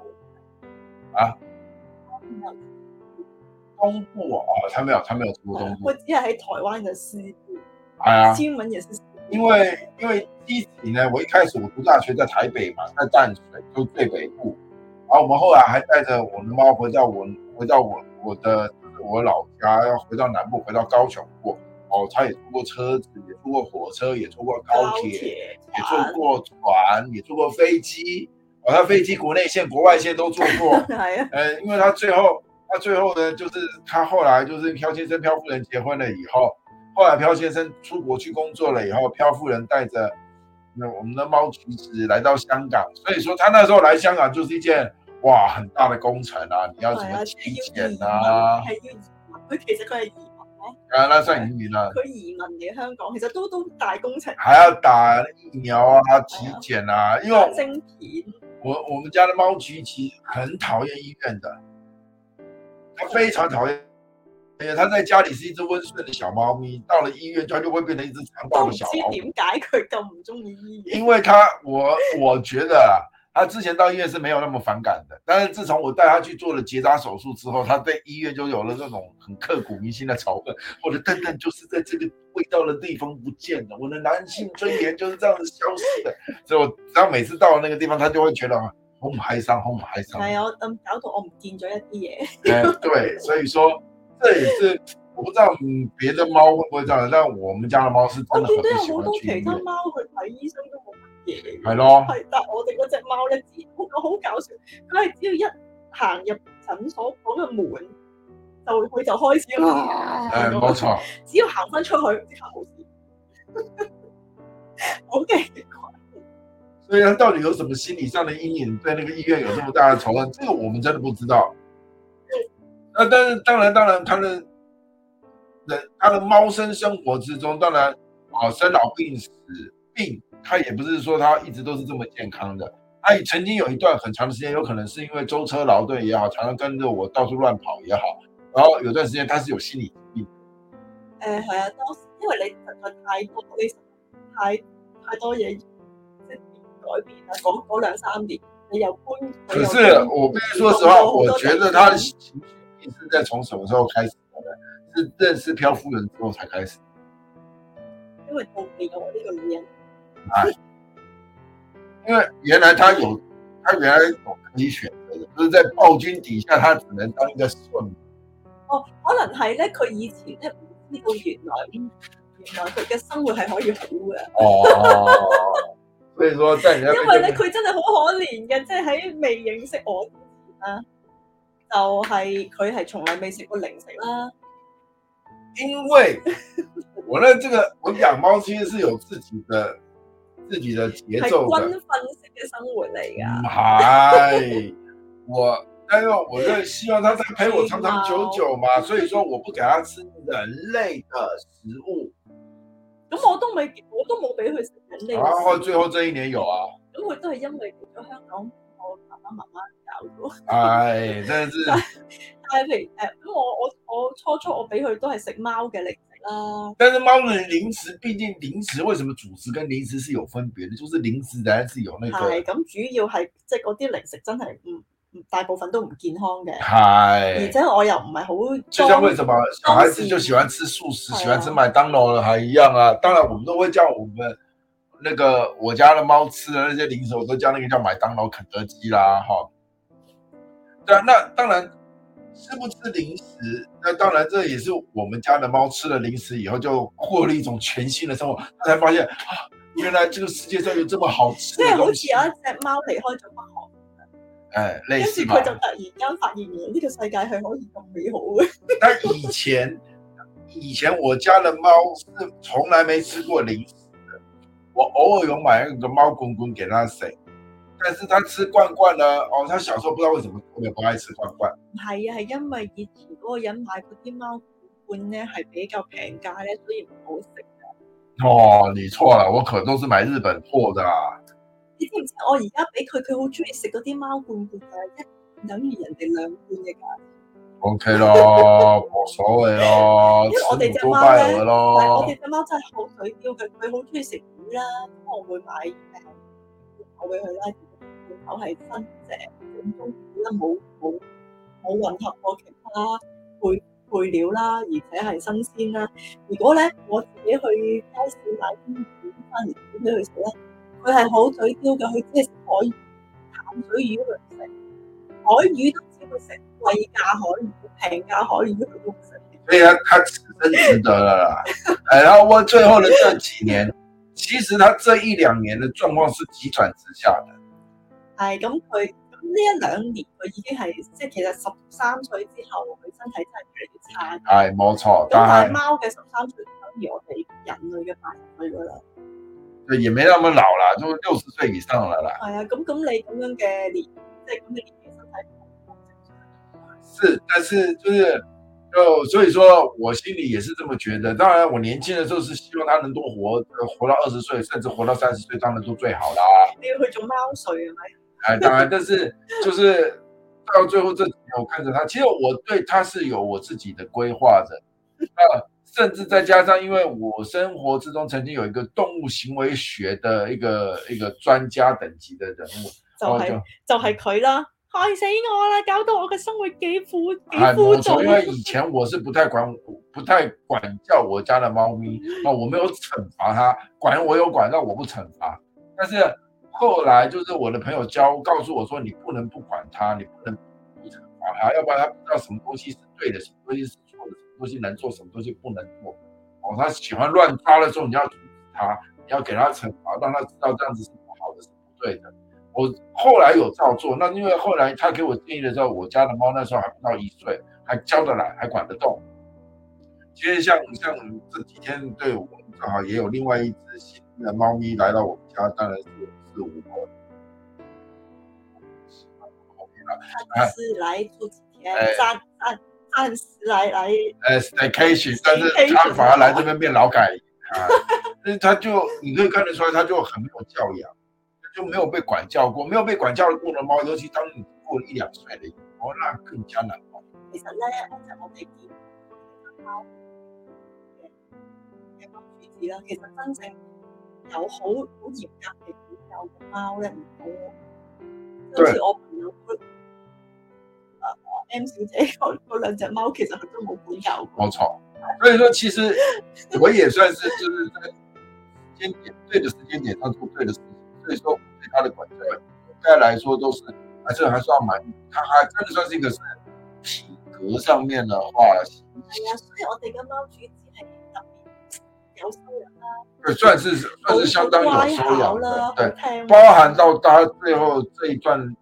東部他沒有去過東部。 我只係喺台灣嘅西部。金門也是。 因為基體呢，我一開始我讀大學在台北嘛，在淡水就最北部。然後我們後來還帶着我的貓回到我老家，要回到南部，回到高雄過。他也坐過車子，也坐過火車，也坐過高鐵，也坐過船，也坐過飛機。他飛機國內線、國外線都坐過。因為他最後呢，就是他後來就是漂先生、漂夫人結婚了以後，後來漂先生出國去工作了以後，漂夫人帶着我們的貓橘子來到香港。所以說，他那時候來香港就是一件很大的工程啊！你要怎麼體檢啊？ 佢其實佢係移民。 那算移民啦。 佢移民嚟香港，其實都大工程， 還要打疫苗啊、體檢啊，因為晶片。 我們家的貓橘其實很討厭醫院的，它非常討厭。它在家裡是一隻溫順的小貓咪，到了醫院它就會變成一隻殘暴的小貓。 唔知點解佢咁唔中意醫院？ 因為我覺得他之前到醫院是沒有那麼反感的，但是自從我帶他去做了結紮手術之後，他對醫院就有了這種很刻骨銘心的仇恨。我的蛋蛋就是在這個味道的地方不見了，我的男性尊嚴就是這樣子消失的。所以我只要每次到了那個地方，他就會覺得好哀傷，好哀傷。 係啊，搞到我唔見咗一啲嘢。 對，所以說這也是我不知道別的貓會不會這樣，但我們家的貓是真的很不喜歡去醫院。我見到有好多其他貓去睇醫生都冇乜嘢。係咯。係，但我哋嗰隻貓咧，好搞笑，佢係只要一行入診所嗰個門，佢就開始啦。 冇錯。 只要行翻出去，即刻冇事。好奇怪。 所以他到底有什麼心理上的陰影，對那個醫院有這麼大的仇恨？這個我們真的不知道。但是當然，他的貓生活之中，當然生老病死病，他也不是說他一直都是這麼健康的。他也曾經有一段很長的時間，有可能是因為舟車勞頓也好，常常跟着我到處亂跑也好，然後有段時間他是有心理疾病。 係啊，當時因為你實在太多嘢改變啦，嗰2-3年你又搬。 可是我必須說實話，我覺得他的情緒病是在從什麼時候開始的？是認識漂夫人之後才開始。 因為妒忌咗我呢個女人。 因為原來他有可以選擇的，就是在暴君底下，他只能當一個順民。 可能係咧，佢以前咧唔知道原來佢嘅生活係可以好嘅。 所以說在人家因為咧佢真係好可憐嘅，即係喺未認識我之前啦， 就係佢係從來未食過零食啦。 因為我養貓其實是有自己的節奏的， 係軍訓式嘅生活嚟㗎。 唔係但是我就希望它陪我長長久久嘛，所以說我不給它吃人類的食物。 咁我都冇俾佢食人類。 然後最後這一年有啊。 咁佢都係因為嚟咗香港，我爸爸媽媽搞咗。 唉，真係但係譬如咁我初初我俾佢都係食貓嘅零食啦。 但是貓的零食，畢竟零食為什麼主食跟零食是有分別的？就是零食當然是有那個。 係咁，主要係即係嗰啲零食真係大部分都唔健康嘅。 係， 而且我又唔係好。 就像為什麼小孩子就喜歡吃素食，喜歡吃麥當勞的還一樣啊？當然，我們都會叫我們我家的貓吃的那些零食，我都叫那個叫麥當勞、肯德基啦，哈。對啊，那當然吃不吃零食，那當然這也是我們家的貓吃了零食以後就過了一種全新的生活，他才發現啊，原來這個世界上有這麼好吃的東西。即係好似有一隻貓離開咗北韓。類似嘛，跟住佢就突然間發現呢個世界係可以咁美好嘅。但以前我家的貓是從來沒吃過零食的，我偶爾有買那個貓滾滾給它食，但是它吃罐罐呢，它小時候不知道為什麼特別不愛吃罐罐。唔係啊，係因為以前嗰個人買嗰啲貓滾罐咧係比較平價咧，所以唔好食嘅。你錯了，我可都是買日本貨的啊。你知唔知我而家俾佢好中意食嗰啲貓罐罐啊，等於人哋2罐嘅價錢。O K 咯，冇所謂咯，因為我哋隻貓咧，我哋隻貓真係好水貂嘅，佢好中意食魚啦，咁我會買口俾佢啦，口係新隻正宗魚啦，冇混合過其他配料啦，而且係新鮮啦。如果咧我自己去街市買啲魚翻嚟煮俾佢食咧。佢係好嘴刁嘅，佢只係食海魚、淡水魚佢唔食，海魚都只會食貴價海魚、平價海魚佢都唔食。所以他此生值得了啦。然後我最後的這幾年，其實他這1-2年的狀況是急轉直下的。係咁，佢呢1-2年佢已經係即係其實13歲之後，佢身體真係越嚟越差。係冇錯，但係貓嘅13歲等於我哋人類嘅80歲噶啦。對，也沒那麼老啦，就60歲以上了啦。係啊，咁你咁樣嘅年，即係咁嘅年紀身體是，但是所以說我心裏也是這麼覺得。當然，我年輕的時候是希望他能多活到20歲，甚至活到30歲，當然都最好啦。你要去做貓稅係咪？哎，當然，但是就是到最後這幾年，我看着他，其實我對他是有我自己的規劃的。甚至再加上，因為我生活之中曾經有一個動物行為學的一個專家等級的人物，就係佢啦，害死我啦，搞到我嘅生活幾枯燥。因為以前我是不太管教我家的貓咪，我沒有懲罰它，管我有管，但我不懲罰。但是後來就是我的朋友告訴我說，你不能不管它，你不能不懲罰它，要不然它不知道什麼東西是對的，什麼東西是錯的。東西能做，什麼東西不能做。他喜歡亂抓的時候，你要阻止他，你要給他懲罰，讓他知道這樣子是不好的，是不對的。我後來有照做，那因為後來他給我建議的時候，我家的貓那時候還不到1歲，還教得來，還管得動。其實像這幾天，對，我們正好也有另外一隻新的貓咪來到我們家，當然是我們他是來住幾天，暫時來staycation，但是他反而來這邊變勞改啊，他就你可以看得出來，他就很沒有教養，就沒有被管教過，沒有被管教過的貓，尤其當你過了1-2歲的那更加難搞。其實咧，我哋見貓嘅貓主子啦，其實真正有好嚴格嘅管教嘅貓咧唔多，好似我朋友M 小姐嗰2隻貓，其實佢都冇管教過。冇錯，所以說其實我也算是就是在對的時間點上做對的事情，所以說我對他的管教應該來說都是還是要滿意，他還真的算是一個是體格上面的話。係啊，所以我哋嘅貓主子係特別有修養啦。對，算是相當有修養啦，對，包含到他最後這一段旅程。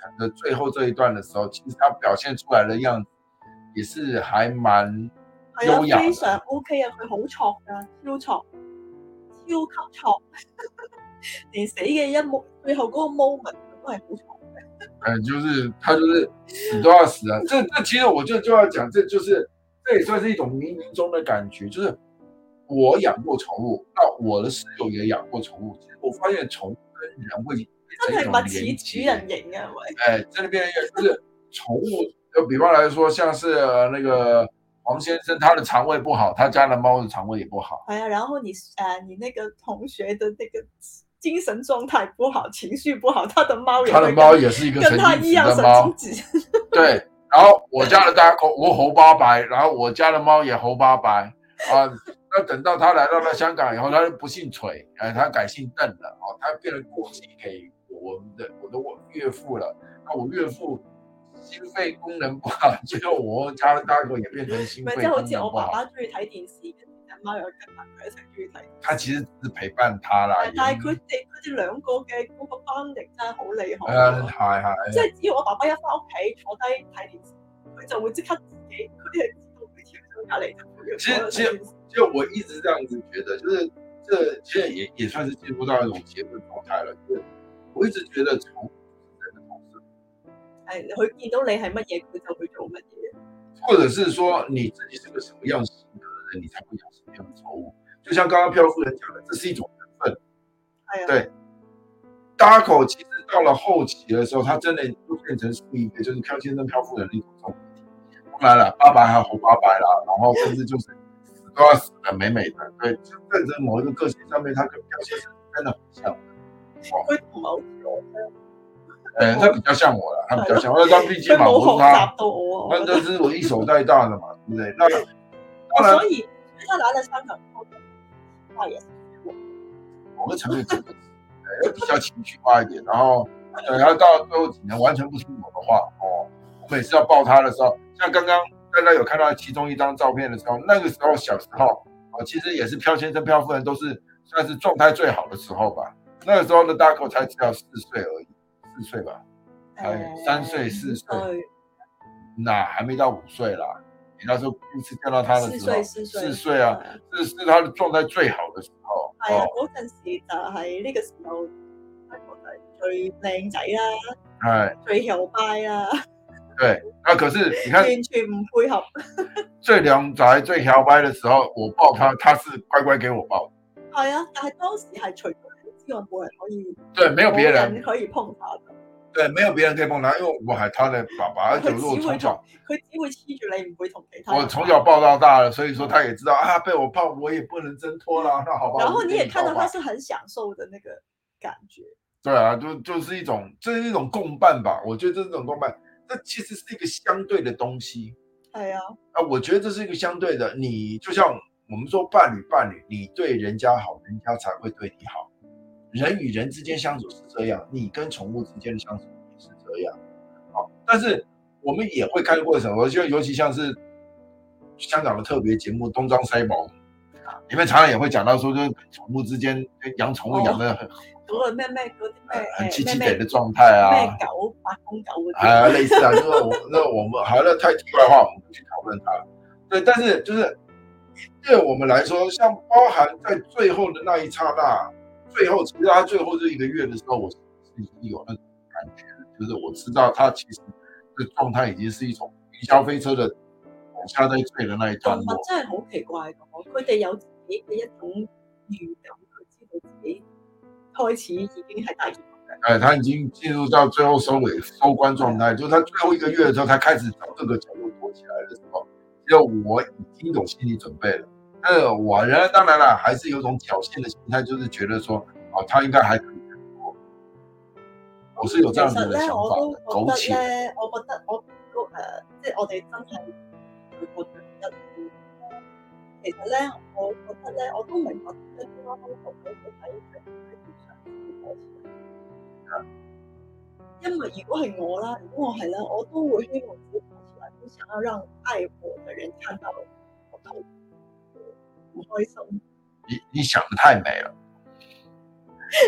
程的最后这一段的时候，其实他表现出来的样子也是还蛮优雅的， 非常 OK 啊，佢好挫噶，超挫，超級挫，連死嘅一幕，最後嗰個 moment 都係好挫。 就是他就是死都要死啊！这其实我就要讲，这也算是一种冥冥中的感觉，就是我养过宠物，那我的室友也养过宠物，其实我發現寵物跟人會真係物似主人形啊， 在那邊就是寵物，就比方來說，像是那個黃先生，他的腸胃不好，他家的貓的腸胃也不好。 係啊，然後你那個同學的那個精神狀態不好，情緒不好，他的貓也是一個神經質的貓。對，然後我家的大狗我猴八白，然後我家的貓也猴八白啊。那等到他來到了香港以後，他就不姓錘，他改姓鄧了，他變成過繼給我的岳父了。那我岳父心肺功能不好，最後我家的大狗也變成心肺功能不好。 即係好似我爸爸中意睇電視，隻貓又跟埋佢一齊中意睇。 他其實只是陪伴他啦。 但係佢哋兩個嘅嗰個班型真係好厲害。係。即係只要我爸爸一翻屋企坐低睇電視，佢就會即刻自己，佢哋係知道佢跳上隔離。 其實我一直這樣子覺得，就是這其實也算是進入到一種結婚狀態了。就是我一直覺得寵物是人的同事。 係，佢見到你係乜嘢，佢就會做乜嘢。 或者是說你自己是個什麼樣性格的人，你才會養什麼樣的寵物。就像剛剛漂夫人講的，這是一種緣分。對，大狗其實到了後期的時候，它真的就變成是一個就是漂先生、漂夫人的一種狀態。當然了，八白還有紅八白啦，然後甚至就是死都要死的美美的。對，就認真某一個個性上面，它跟漂先生真的很像。 佢唔係好似我啫。 他比較像我啦，他比較像我，但畢竟嘛，我是他，那這是我一手帶大的嘛，對不對？那當然， 所以他來了香港之後，話也是某個程度真的是，比較情緒化一點。然後，他到最後幾年完全不聽我的話哦。我每次要抱他的時候，像剛剛大家有看到其中一張照片的時候，那個時候小時候其實也是漂先生、漂夫人都是算是狀態最好的時候吧。那個時候的大狗才只有4歲而已。4歲吧，3歲4歲，那還沒到5歲啦。你那時候第一次見到他的時候，4歲啊，是他的狀態最好的時候。 係啊，嗰陣時就係呢個時候，大狗就係最靚仔啦，係最後拜啦。 對，那可是你看， 完全唔配合。 最靚仔、最後拜的時候，我抱他，他是乖乖給我抱。係啊，但係當時係除之外冇人可以， 對，沒有別人可以碰他的。 對，沒有別人可以碰他，因為我係他的爸爸，而且我從小， 佢只會黐住你，唔會同其他。 我從小抱到大了，所以說他也知道啊，被我抱我也不能掙脫啦，那好吧。 然後你也看到他是很享受的那個感覺。 對啊，就是一種，這是一種共伴吧，我覺得這是一種共伴，這其實是一個相對的東西。 係啊， 我覺得這是一個相對的，你就像我們說伴侶，你對人家好，人家才會對你好。人與人之間相處是這樣，你跟寵物之間的相處也是這樣。好，但是我們也會看過什麼，就尤其像是香港的特別節目《東張西望》，裡面常常也會講到說，就是寵物之間養寵物養得很嗰個咩嗰啲咩很七七北的狀態啊， 咩狗八公狗嗰啲， 類似啊，就是我們好像太題外話，我們不去討論它。對，但是就是對我們來說，像包含在最後的那一剎那。最後，其實他最後這1個月的時候，我是有那種感覺的，就是我知道他其實這狀態已經是一種雲霄飛車的往下在墜的那一段落。動物真係好奇怪嘅，佢哋有自己嘅一種預感，佢知道自己開始已經係大結局嘅。 他已經進入到最後收官狀態，就是他最後1個月的時候，他開始找各個角落躲起來的時候，其實我已經有心理準備了。我人當然啦，還是有種僥倖的心態，就是覺得說，他應該還可以更多。我是有這樣子的想法的。 我覺得我都即係我哋真係會覺得其實咧，我覺得咧，我都明白點解好多人都睇佢上多次。因為如果係我啦，如果我係咧，我都會希望自己跑出來，不想要讓愛我的人看到我痛。唔開心， 你想得太美了。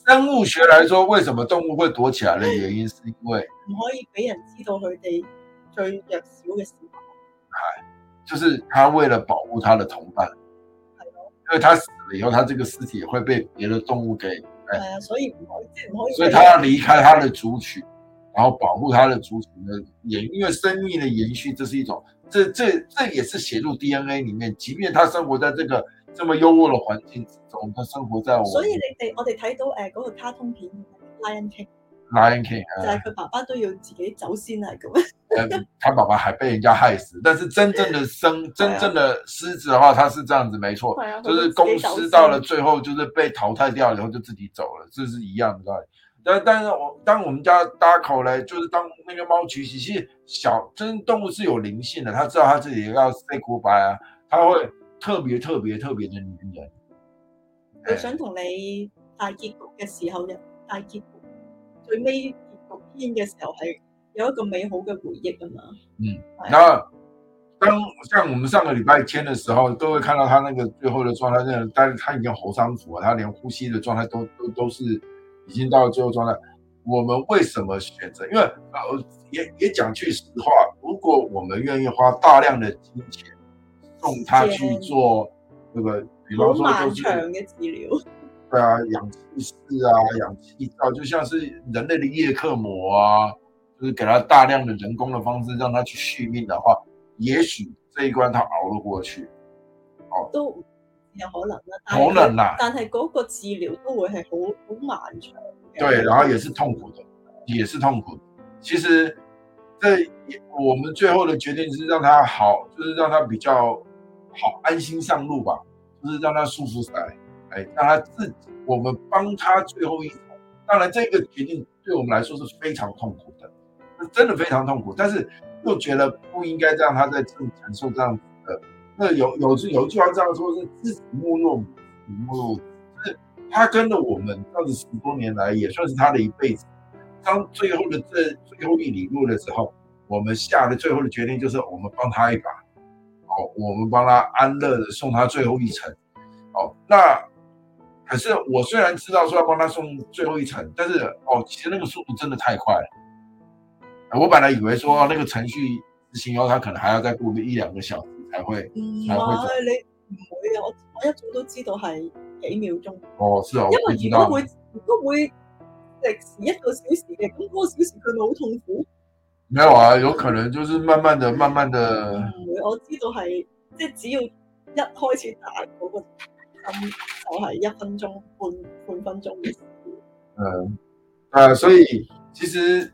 生物学来说，为什么动物会躲起来的原因，是因为唔可以俾人知道佢哋最弱小嘅時候。 就是它为了保护它的同伴，因為它死了以後，它這個屍體會被別的動物給， 所以唔可以，即係唔可以。 所以它要離開它的族群，然後保護它的族群的因為生命的延續，這是一種，這也是寫入 DNA 裡面，即便它生活在這個這麼優渥的環境之中，它生活在所以我哋睇到嗰個卡通片 Lion King， 就係佢爸爸都要自己走先係咁。 他爸爸還被人家害死，但是真正的獅子的話，他是這樣子，沒錯，就是公獅到了最後就是被淘汰掉以後就自己走了，這是一樣的道理。但是當我們家大口呢，就是當那個貓舉起，其實真動物是有靈性的，他知道他自己要 say goodbye 啊，他會特別的黏人。 佢想同你大結局嘅時候，大結局最尾結局篇嘅時候係有一個美好嘅回憶啊嘛。 然後像我們上個禮拜天的時候，都會看到他那個最後的狀態，但是他已經喉傷符了，他連呼吸的狀態都是已經到了最後狀態。我們為什麼選擇？因為也講句實話，如果我們願意花大量的金錢送他去做這個，比方說漫長嘅治療。 對啊，氧氣室啊，氧氣罩，就像是人類的葉克膜啊，就是給他大量的人工的方式，讓他去續命的話，也許這一關他熬得過去。 都有可能啦， 可能啦， 但係嗰個治療都會係好漫長嘅。 對，然後也是痛苦的，其實我們最後的決定是讓他好，就是讓他比較好安心上路吧，就是讓他舒服起來。讓他自己，我們幫他最後一程。當然，這個決定對我們來說是非常痛苦的，真的非常痛苦。但是又覺得不應該讓他再承受這樣子的。那有一句話這樣說，是知子莫若母，就是他跟了我們這樣子10多年來，也算是他的一輩子。當最後的最後一里路的時候，我們下的最後的決定就是我們幫他一把，我們幫他安樂的送他最後一程。那可是我雖然知道說要幫他送最後一程，但是其實那個速度真的太快了。我本來以為說那個程序執行後，他可能還要再過1-2個小時才會。 唔係，你唔會啊！我一早都知道係幾秒鐘。是啊，因為如果會歷時1個小時嘅，咁嗰個小時佢咪好痛苦？ 沒有啊，有可能就是慢慢的。 唔會，我知道係即係只要一開始打嗰個。就係1分鐘半分鐘嘅事。 所以其實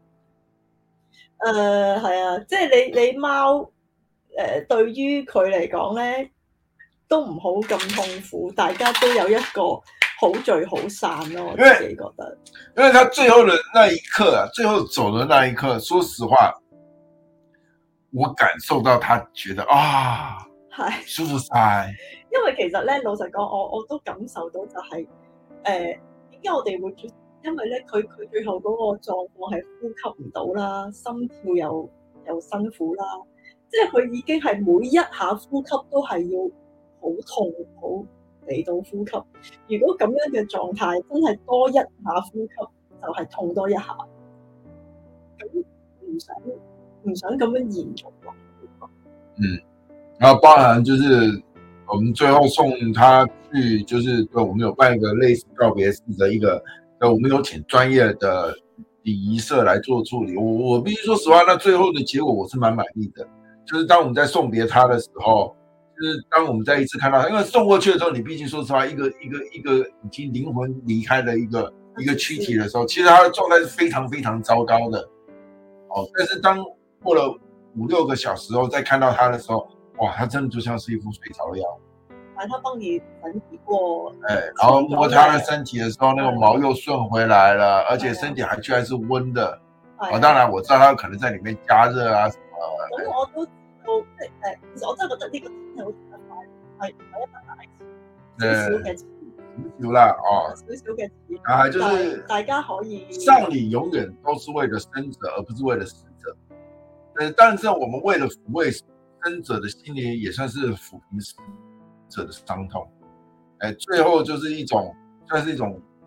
係啊，即係你貓對於佢嚟講咧，都唔好咁痛苦，大家都有一個好聚好散咯。我自己覺得， 因為他最後的那一刻啊，最後走的那一刻，說實話，我感受到他覺得係舒服晒。 因為其實咧，老實講，我都感受到就係點解我哋會因為咧佢最後嗰個狀況係呼吸唔到啦，心跳又辛苦啦，即係佢已經係每一下呼吸都係要好痛好嚟到呼吸。如果咁樣嘅狀態真係多一下呼吸，就係痛多一下，咁唔想咁樣延續落去。 然後包含就是我們最後送他去，就是對，我們有辦一個類似告別式的一個，我們有請專業的禮儀社來做處理。我必須說實話，那最後的結果我是蠻滿意的。就是當我們在送別他的時候，就是當我們再一次看到他，因為送過去的時候，你畢竟說實話，一個已經靈魂離開的一個軀體的時候，其實他的狀態是非常非常糟糕的。但是當過了5-6個小時後，再看到他的時候，哇，它真的就像是一副水槽一樣。 他幫你整理過， 然後摸他的身體的時候，那個毛又順回來了，而且身體還居然是溫的。當然我知道他可能在裡面加熱啊什麼。咁我都知道，其實我真係覺得呢個真係好值得買，係一筆大錢，少少嘅錢。 少啦， 少少嘅錢。就是大家可以喪禮永遠都是為了生者，而不是為了死者。但是我們為了撫慰生者的心靈，也算是撫平死者的傷痛。最後就是算是一種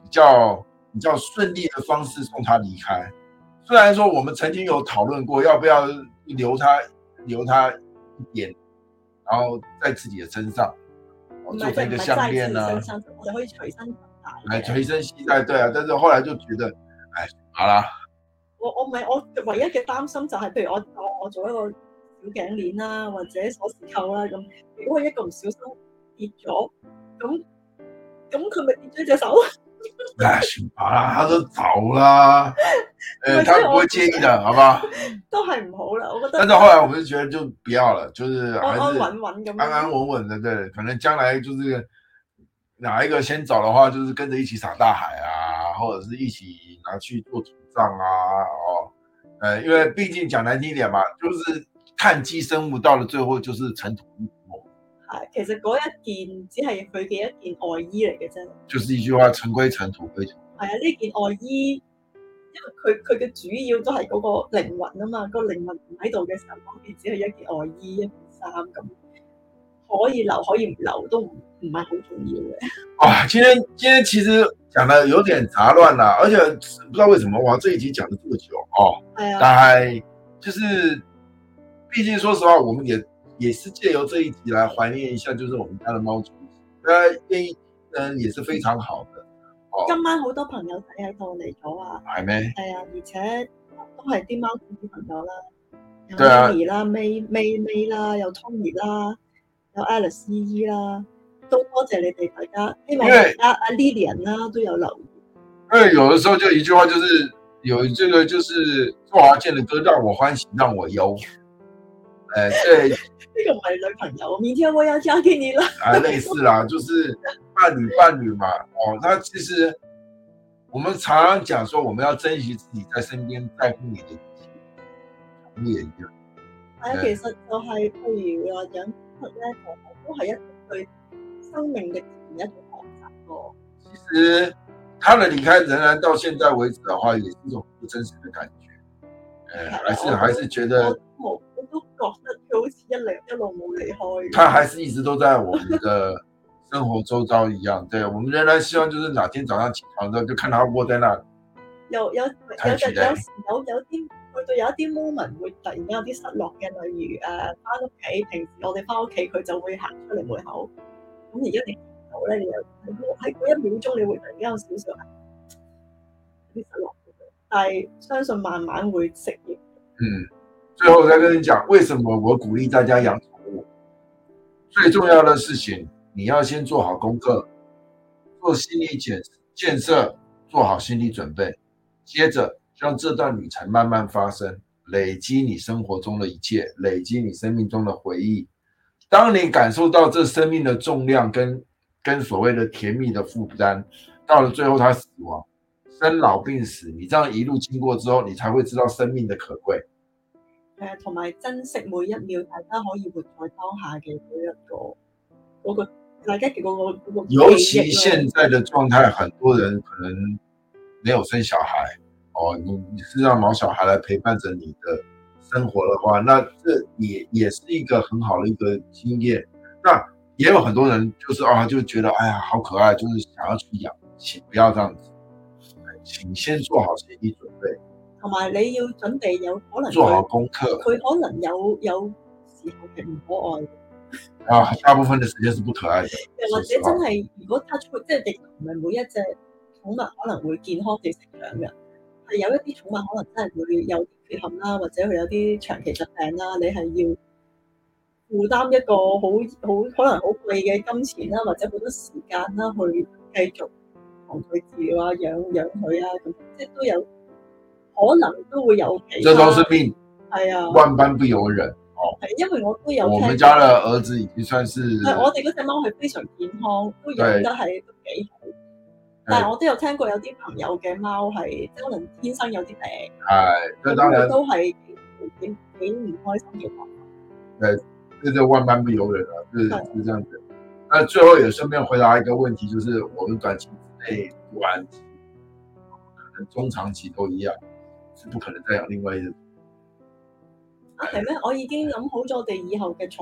比较顺利的方式送他离开。虽然说我们曾经有讨论过要不要留他一点，然后在自己的身上，做成一个项链啊， 我哋可以隨身攜帶來隨身攜帶，對啊。但是後來就覺得，哎，好啦。 我唯一嘅擔心就係，譬如我做一個小頸鏈啦，或者鎖匙扣啦，咁如果佢一個唔小心跌咗，咁佢咪跌咗隻手？ 哎，好啦，他都走啦，他不會介意的，好不好？ 都係唔好啦，我覺得。 但是後來我們就覺得就不要了，就是還是安安穩穩咁， 安安穩穩的，對，可能將來就是哪一個先走的話，就是跟着一起撒大海啊，或者是一起拿去做土葬啊，因為畢竟講難聽一點嘛，就是碳基生物到了最後就是塵土一沫。 係，其實嗰一件只係佢嘅一件外衣嚟嘅啫。 就是一句話，塵歸塵，土歸土。 係啊，呢件外衣，因為佢嘅主要都係嗰個靈魂啊嘛，個靈魂唔喺度嘅時候，嗰件只係一件外衣、一件衫咁，可以留可以唔留都唔係好重要嘅。 哇，今天其實講得有點雜亂啦，而且不知道為什麼哇，這一集講得這麼久哦。 係啊， 大概就是，畢竟說實話，我們也是借由這一集來懷念一下，就是我們家的貓主子，願意也是非常好的。哦， 今晚好多朋友仔喺度嚟咗啊， 係咩？ 係啊，而且都係啲貓主子朋友啦，有對啊 Mimi 啦、May 啦，有 Tony 啦，有 Alice 姨姨啦，都多謝你哋大家，希望阿 Lilian 啦都有留意。 因為有的時候就一句話，就是有這個就是周華健的歌，讓我歡喜讓我憂。對，呢個唔係女朋友，明天我要嫁給你啦。 類似啦，就是伴侶嘛。哦，那其實我們常常講說，我們要珍惜自己在身邊在乎你的人，也一樣。 係啊，其實就係譬如話養寵物咧，都係一種對生命嘅一種學習咯。 其實他的離開，仍然到現在為止的話，也是一種不真實的感覺。還是覺得。 我都覺得佢好似一路冇離開， 他還是一直都在我們的生活周遭一樣。對，我們仍然希望就是哪天早上起床之後就看他窩在那裡。有時去到有一啲 moment 會突然間有啲失落嘅，例如翻屋企，平時我哋翻屋企佢就會行出嚟門口，咁而家你見到咧，你又喺嗰一秒鐘你會突然間有少少啲失落，但係相信慢慢會適應。 最後再跟你講，為什麼我鼓勵大家養寵物？最重要的事情，你要先做好功課，做心理建設，做好心理準備，接着讓這段旅程慢慢發生，累積你生活中的一切，累積你生命中的回憶。當你感受到這生命的重量跟所謂的甜蜜的負擔，到了最後它死亡，生老病死，你這樣一路經過之後，你才會知道生命的可貴。 同埋珍惜每一秒，大家可以活在當下嘅嗰個大家嘅嗰個。 尤其現在的狀態，很多人可能沒有生小孩哦，你是讓毛小孩來陪伴着你的生活的話，那這也是一個很好的一個經驗。那也有很多人就是就覺得哎呀好可愛，就是想要去養，請不要這樣子，請先做好心理準備。 同埋你要準備有可能做好功課， 佢可能有時候係唔可愛嘅。 大部分嘅時間是不可愛嘅。 又或者真係，如果他出即係你唔係每一隻寵物可能會健康地成長嘅，係有一啲寵物可能真係會有缺陷啦，或者佢有啲長期疾病啦，你係要負擔一個好可能好貴嘅金錢啦，或者好多時間啦，去繼續同佢治療啊、養佢啊，咁即係都有。可能都會有其他， 這都是命， 係啊， 萬般不由人哦。 係因為我都有， 我們家的兒子已經算是， 係我哋嗰隻貓係非常健康，都養得係都幾好。但係我都有聽過有啲朋友嘅貓係可能天生有啲病， 係，當然都係幾唔開心嘅話。 對，這就萬般不由人啦，是這樣子。那最後也順便回答一個問題，就是我們短期之內短期，可能中長期都一樣。是不可能再養另外一隻。 係咩？我已經諗好咗我哋以後嘅寵物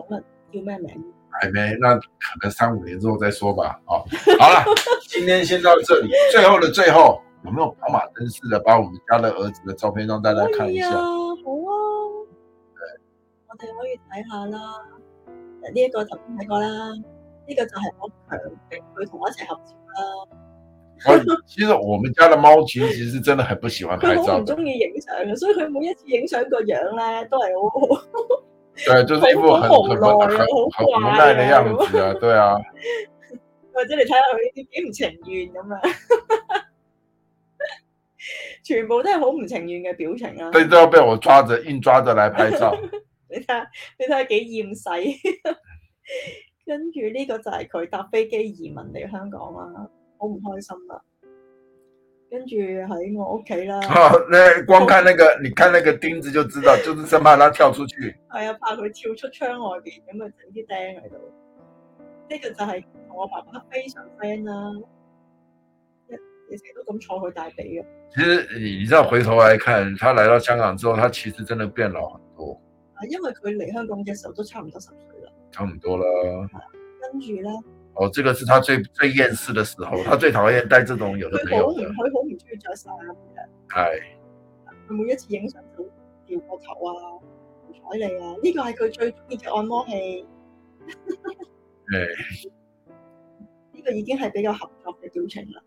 叫咩名？ 还没，那可能3-5年之后再说吧。好了，今天先到这里。最后的最後，有沒有跑馬燈式的把我們家的兒子的照片讓大家看一下？ 可以啊，好啊。我哋可以睇下啦。呢一個頭先睇過啦，呢個就係我強迫佢同我一齊合照啦。 其實我們家的貓其實是真的很不喜歡拍照的， 佢好唔中意影相嘅，所以佢每一次影相個樣咧都係好好。 對，就是一副很無奈的樣子啊，對啊。 或者你睇下佢幾唔情願咁樣，全部都係好唔情願嘅表情啊！ 對，都要被我硬抓着來拍照。 你睇下幾厭世。跟住呢個就係佢搭飛機移民嚟香港啦，好唔開心啦。跟住喺我屋企啦， 那光看那個，你看那個釘子就知道，就是生怕他跳出去。 係啊，怕佢跳出窗外邊，咁啊整啲釘喺度。呢個就係同我爸爸非常 friend 啦，你成日都咁坐佢大髀嘅。 其實你知道回頭來看，他來到香港之後，他其實真的變老很多。 啊，因為佢嚟香港嘅時候都差唔多10歲啦。 差唔多啦。 跟住咧。 這個是他最厭世的時候，他最討厭帶這種有的沒有的。 佢好唔中意着衫嘅。係。佢每一次影相都掉個頭啊，唔睬你啊。呢個係佢最中意嘅按摩器。呢個已經係比較合作嘅表情啦。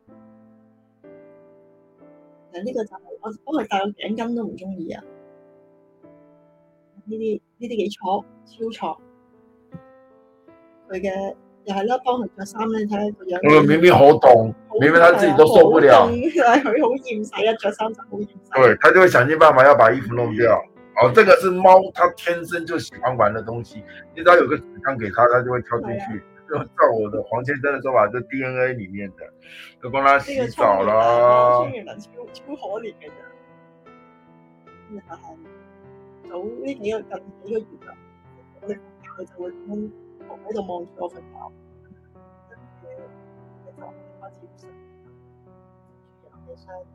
呢個就係我幫佢戴個頸巾都唔中意啊。呢啲幾錯，超錯。佢嘅。又係啦，幫佢着衫咧，睇下個樣。 明明好凍，明明他自己都受不了。 但係佢好厭世啊，着衫就好厭世。 對，他就會想盡辦法要把衣服弄掉。這個是貓，它天生就喜歡玩的東西。你只要有個紙箱給它，它就會跳進去。就照我的黃先生的說法，就 DNA 裡面的，就幫他洗澡啦。 穿越能超可憐嘅人。咁就係早呢幾個月啦，我哋佢就會咁。喺度望住我瞓覺，跟住就開始唔食，有啲傷啊，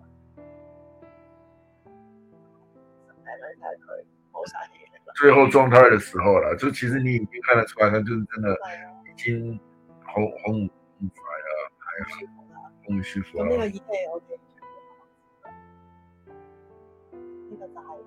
睇下佢冇晒氣力啦。最後狀態的時候啦，就其實你已經看得出來，他就是真的已經好唔快啊，係好唔舒服啦。咁呢個已經係我嘅呢個就係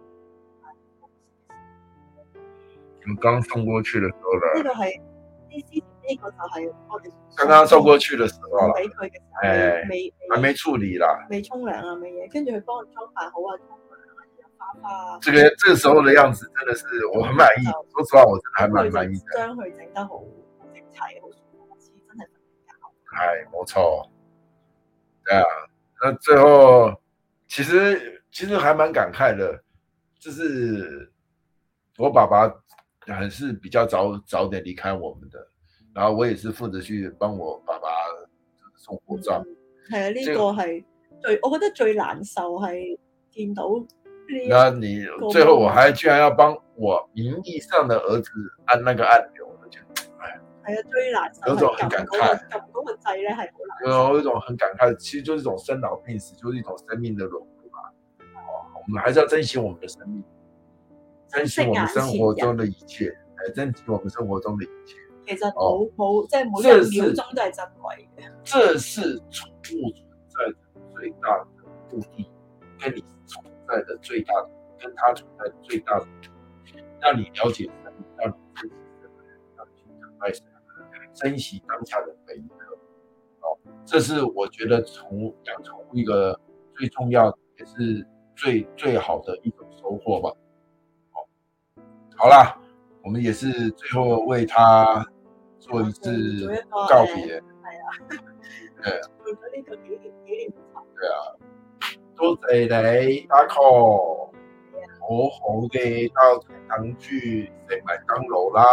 我剛送過去的時候啦。呢個係。呢個就係我哋剛送過去嘅時候啦，俾佢嘅時候未還沒處理啦，未沖涼啊，未嘢，跟住佢幫我裝扮好啊，沖涼啊，有花花啊。這個時候嘅樣子真的是我很滿意，說實話我真係還蠻滿意嘅。將佢整得好整齊，好舒服，似真係瞓覺。係冇錯，對啊，那最後其實還蠻感慨的，就是我爸爸。還是比較早點離開我們的，然後我也是負責去幫我爸爸送火葬。係啊，呢個係我覺得最難受係見到呢。那你最後我還居然要幫我名義上的兒子按那個按鈕，我就覺得，哎，係啊，最難受。有種很感慨，撳嗰個掣咧係好難。有一種很感慨，其實就是一種生老病死，就是一種生命的輪迴嘛。我們還是要珍惜我們的生命。珍惜我們生活中的一切，珍惜我們生活中的一切。其實冇，即係每一秒鐘都係珍貴嘅。這是寵物存在的最大的目的，跟你存在的最大的，跟它存在的最大的目的，讓你了解生命，讓你珍惜生命，讓你去疼愛生命，珍惜當下的每一刻。這是我覺得養寵物一個最重要，也是最好的一種收穫吧。好啦，我們也是最後為他做一次告別。係啊，係。做咗呢個紀念茶。對啊，多謝你打 call，好好嘅到台東去食麥當勞啦。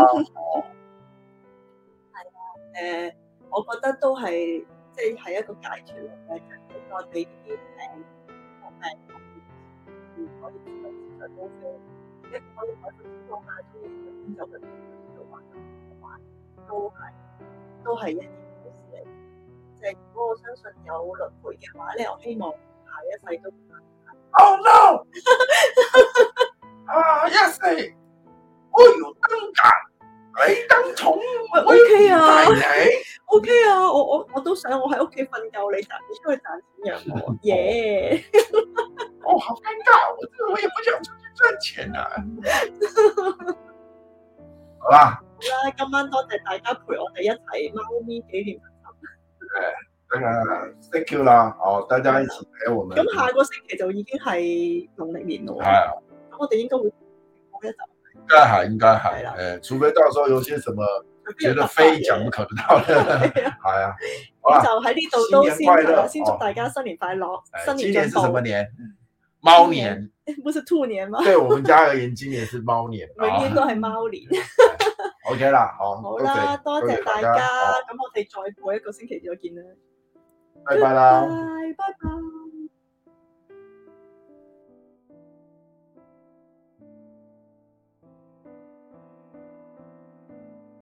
係啊，我覺得都係即係一個解脫嚟嘅，我哋呢啲病可以自由高飛。可以海闊天空啊！中意邊走去邊度玩都係一件好事嚟。即係如果我相信有輪迴嘅話咧，我希望下一世都。Oh no！ 啊，一世我要登壇， 當寵物 ，OK 啊帶嚟 ，OK 啊，我都想我喺屋企瞓覺，你出去賺錢養我，耶！ 哦，好尷尬，我也不想出去賺錢啊。好啦， 好啦，今晚多謝大家陪我哋一齊貓咪紀念。 thank you 啦，大家一起陪我們。 咁下個星期就已經係農曆年咯喎。 係啊， 咁我哋應該會播一集。 應該係，除非到時候有些什麼覺得非講不可不到的，係啊。 咁就喺呢度都先祝大家新年快樂，新年進步。 今年是什麼年？貓年。 不是兔年嗎？ 對我們家而言，今年是貓年， 永遠都係貓年。 OK 啦， 好啦，多謝大家，咁我哋再過一個星期再見啦。 拜拜啦。 拜拜。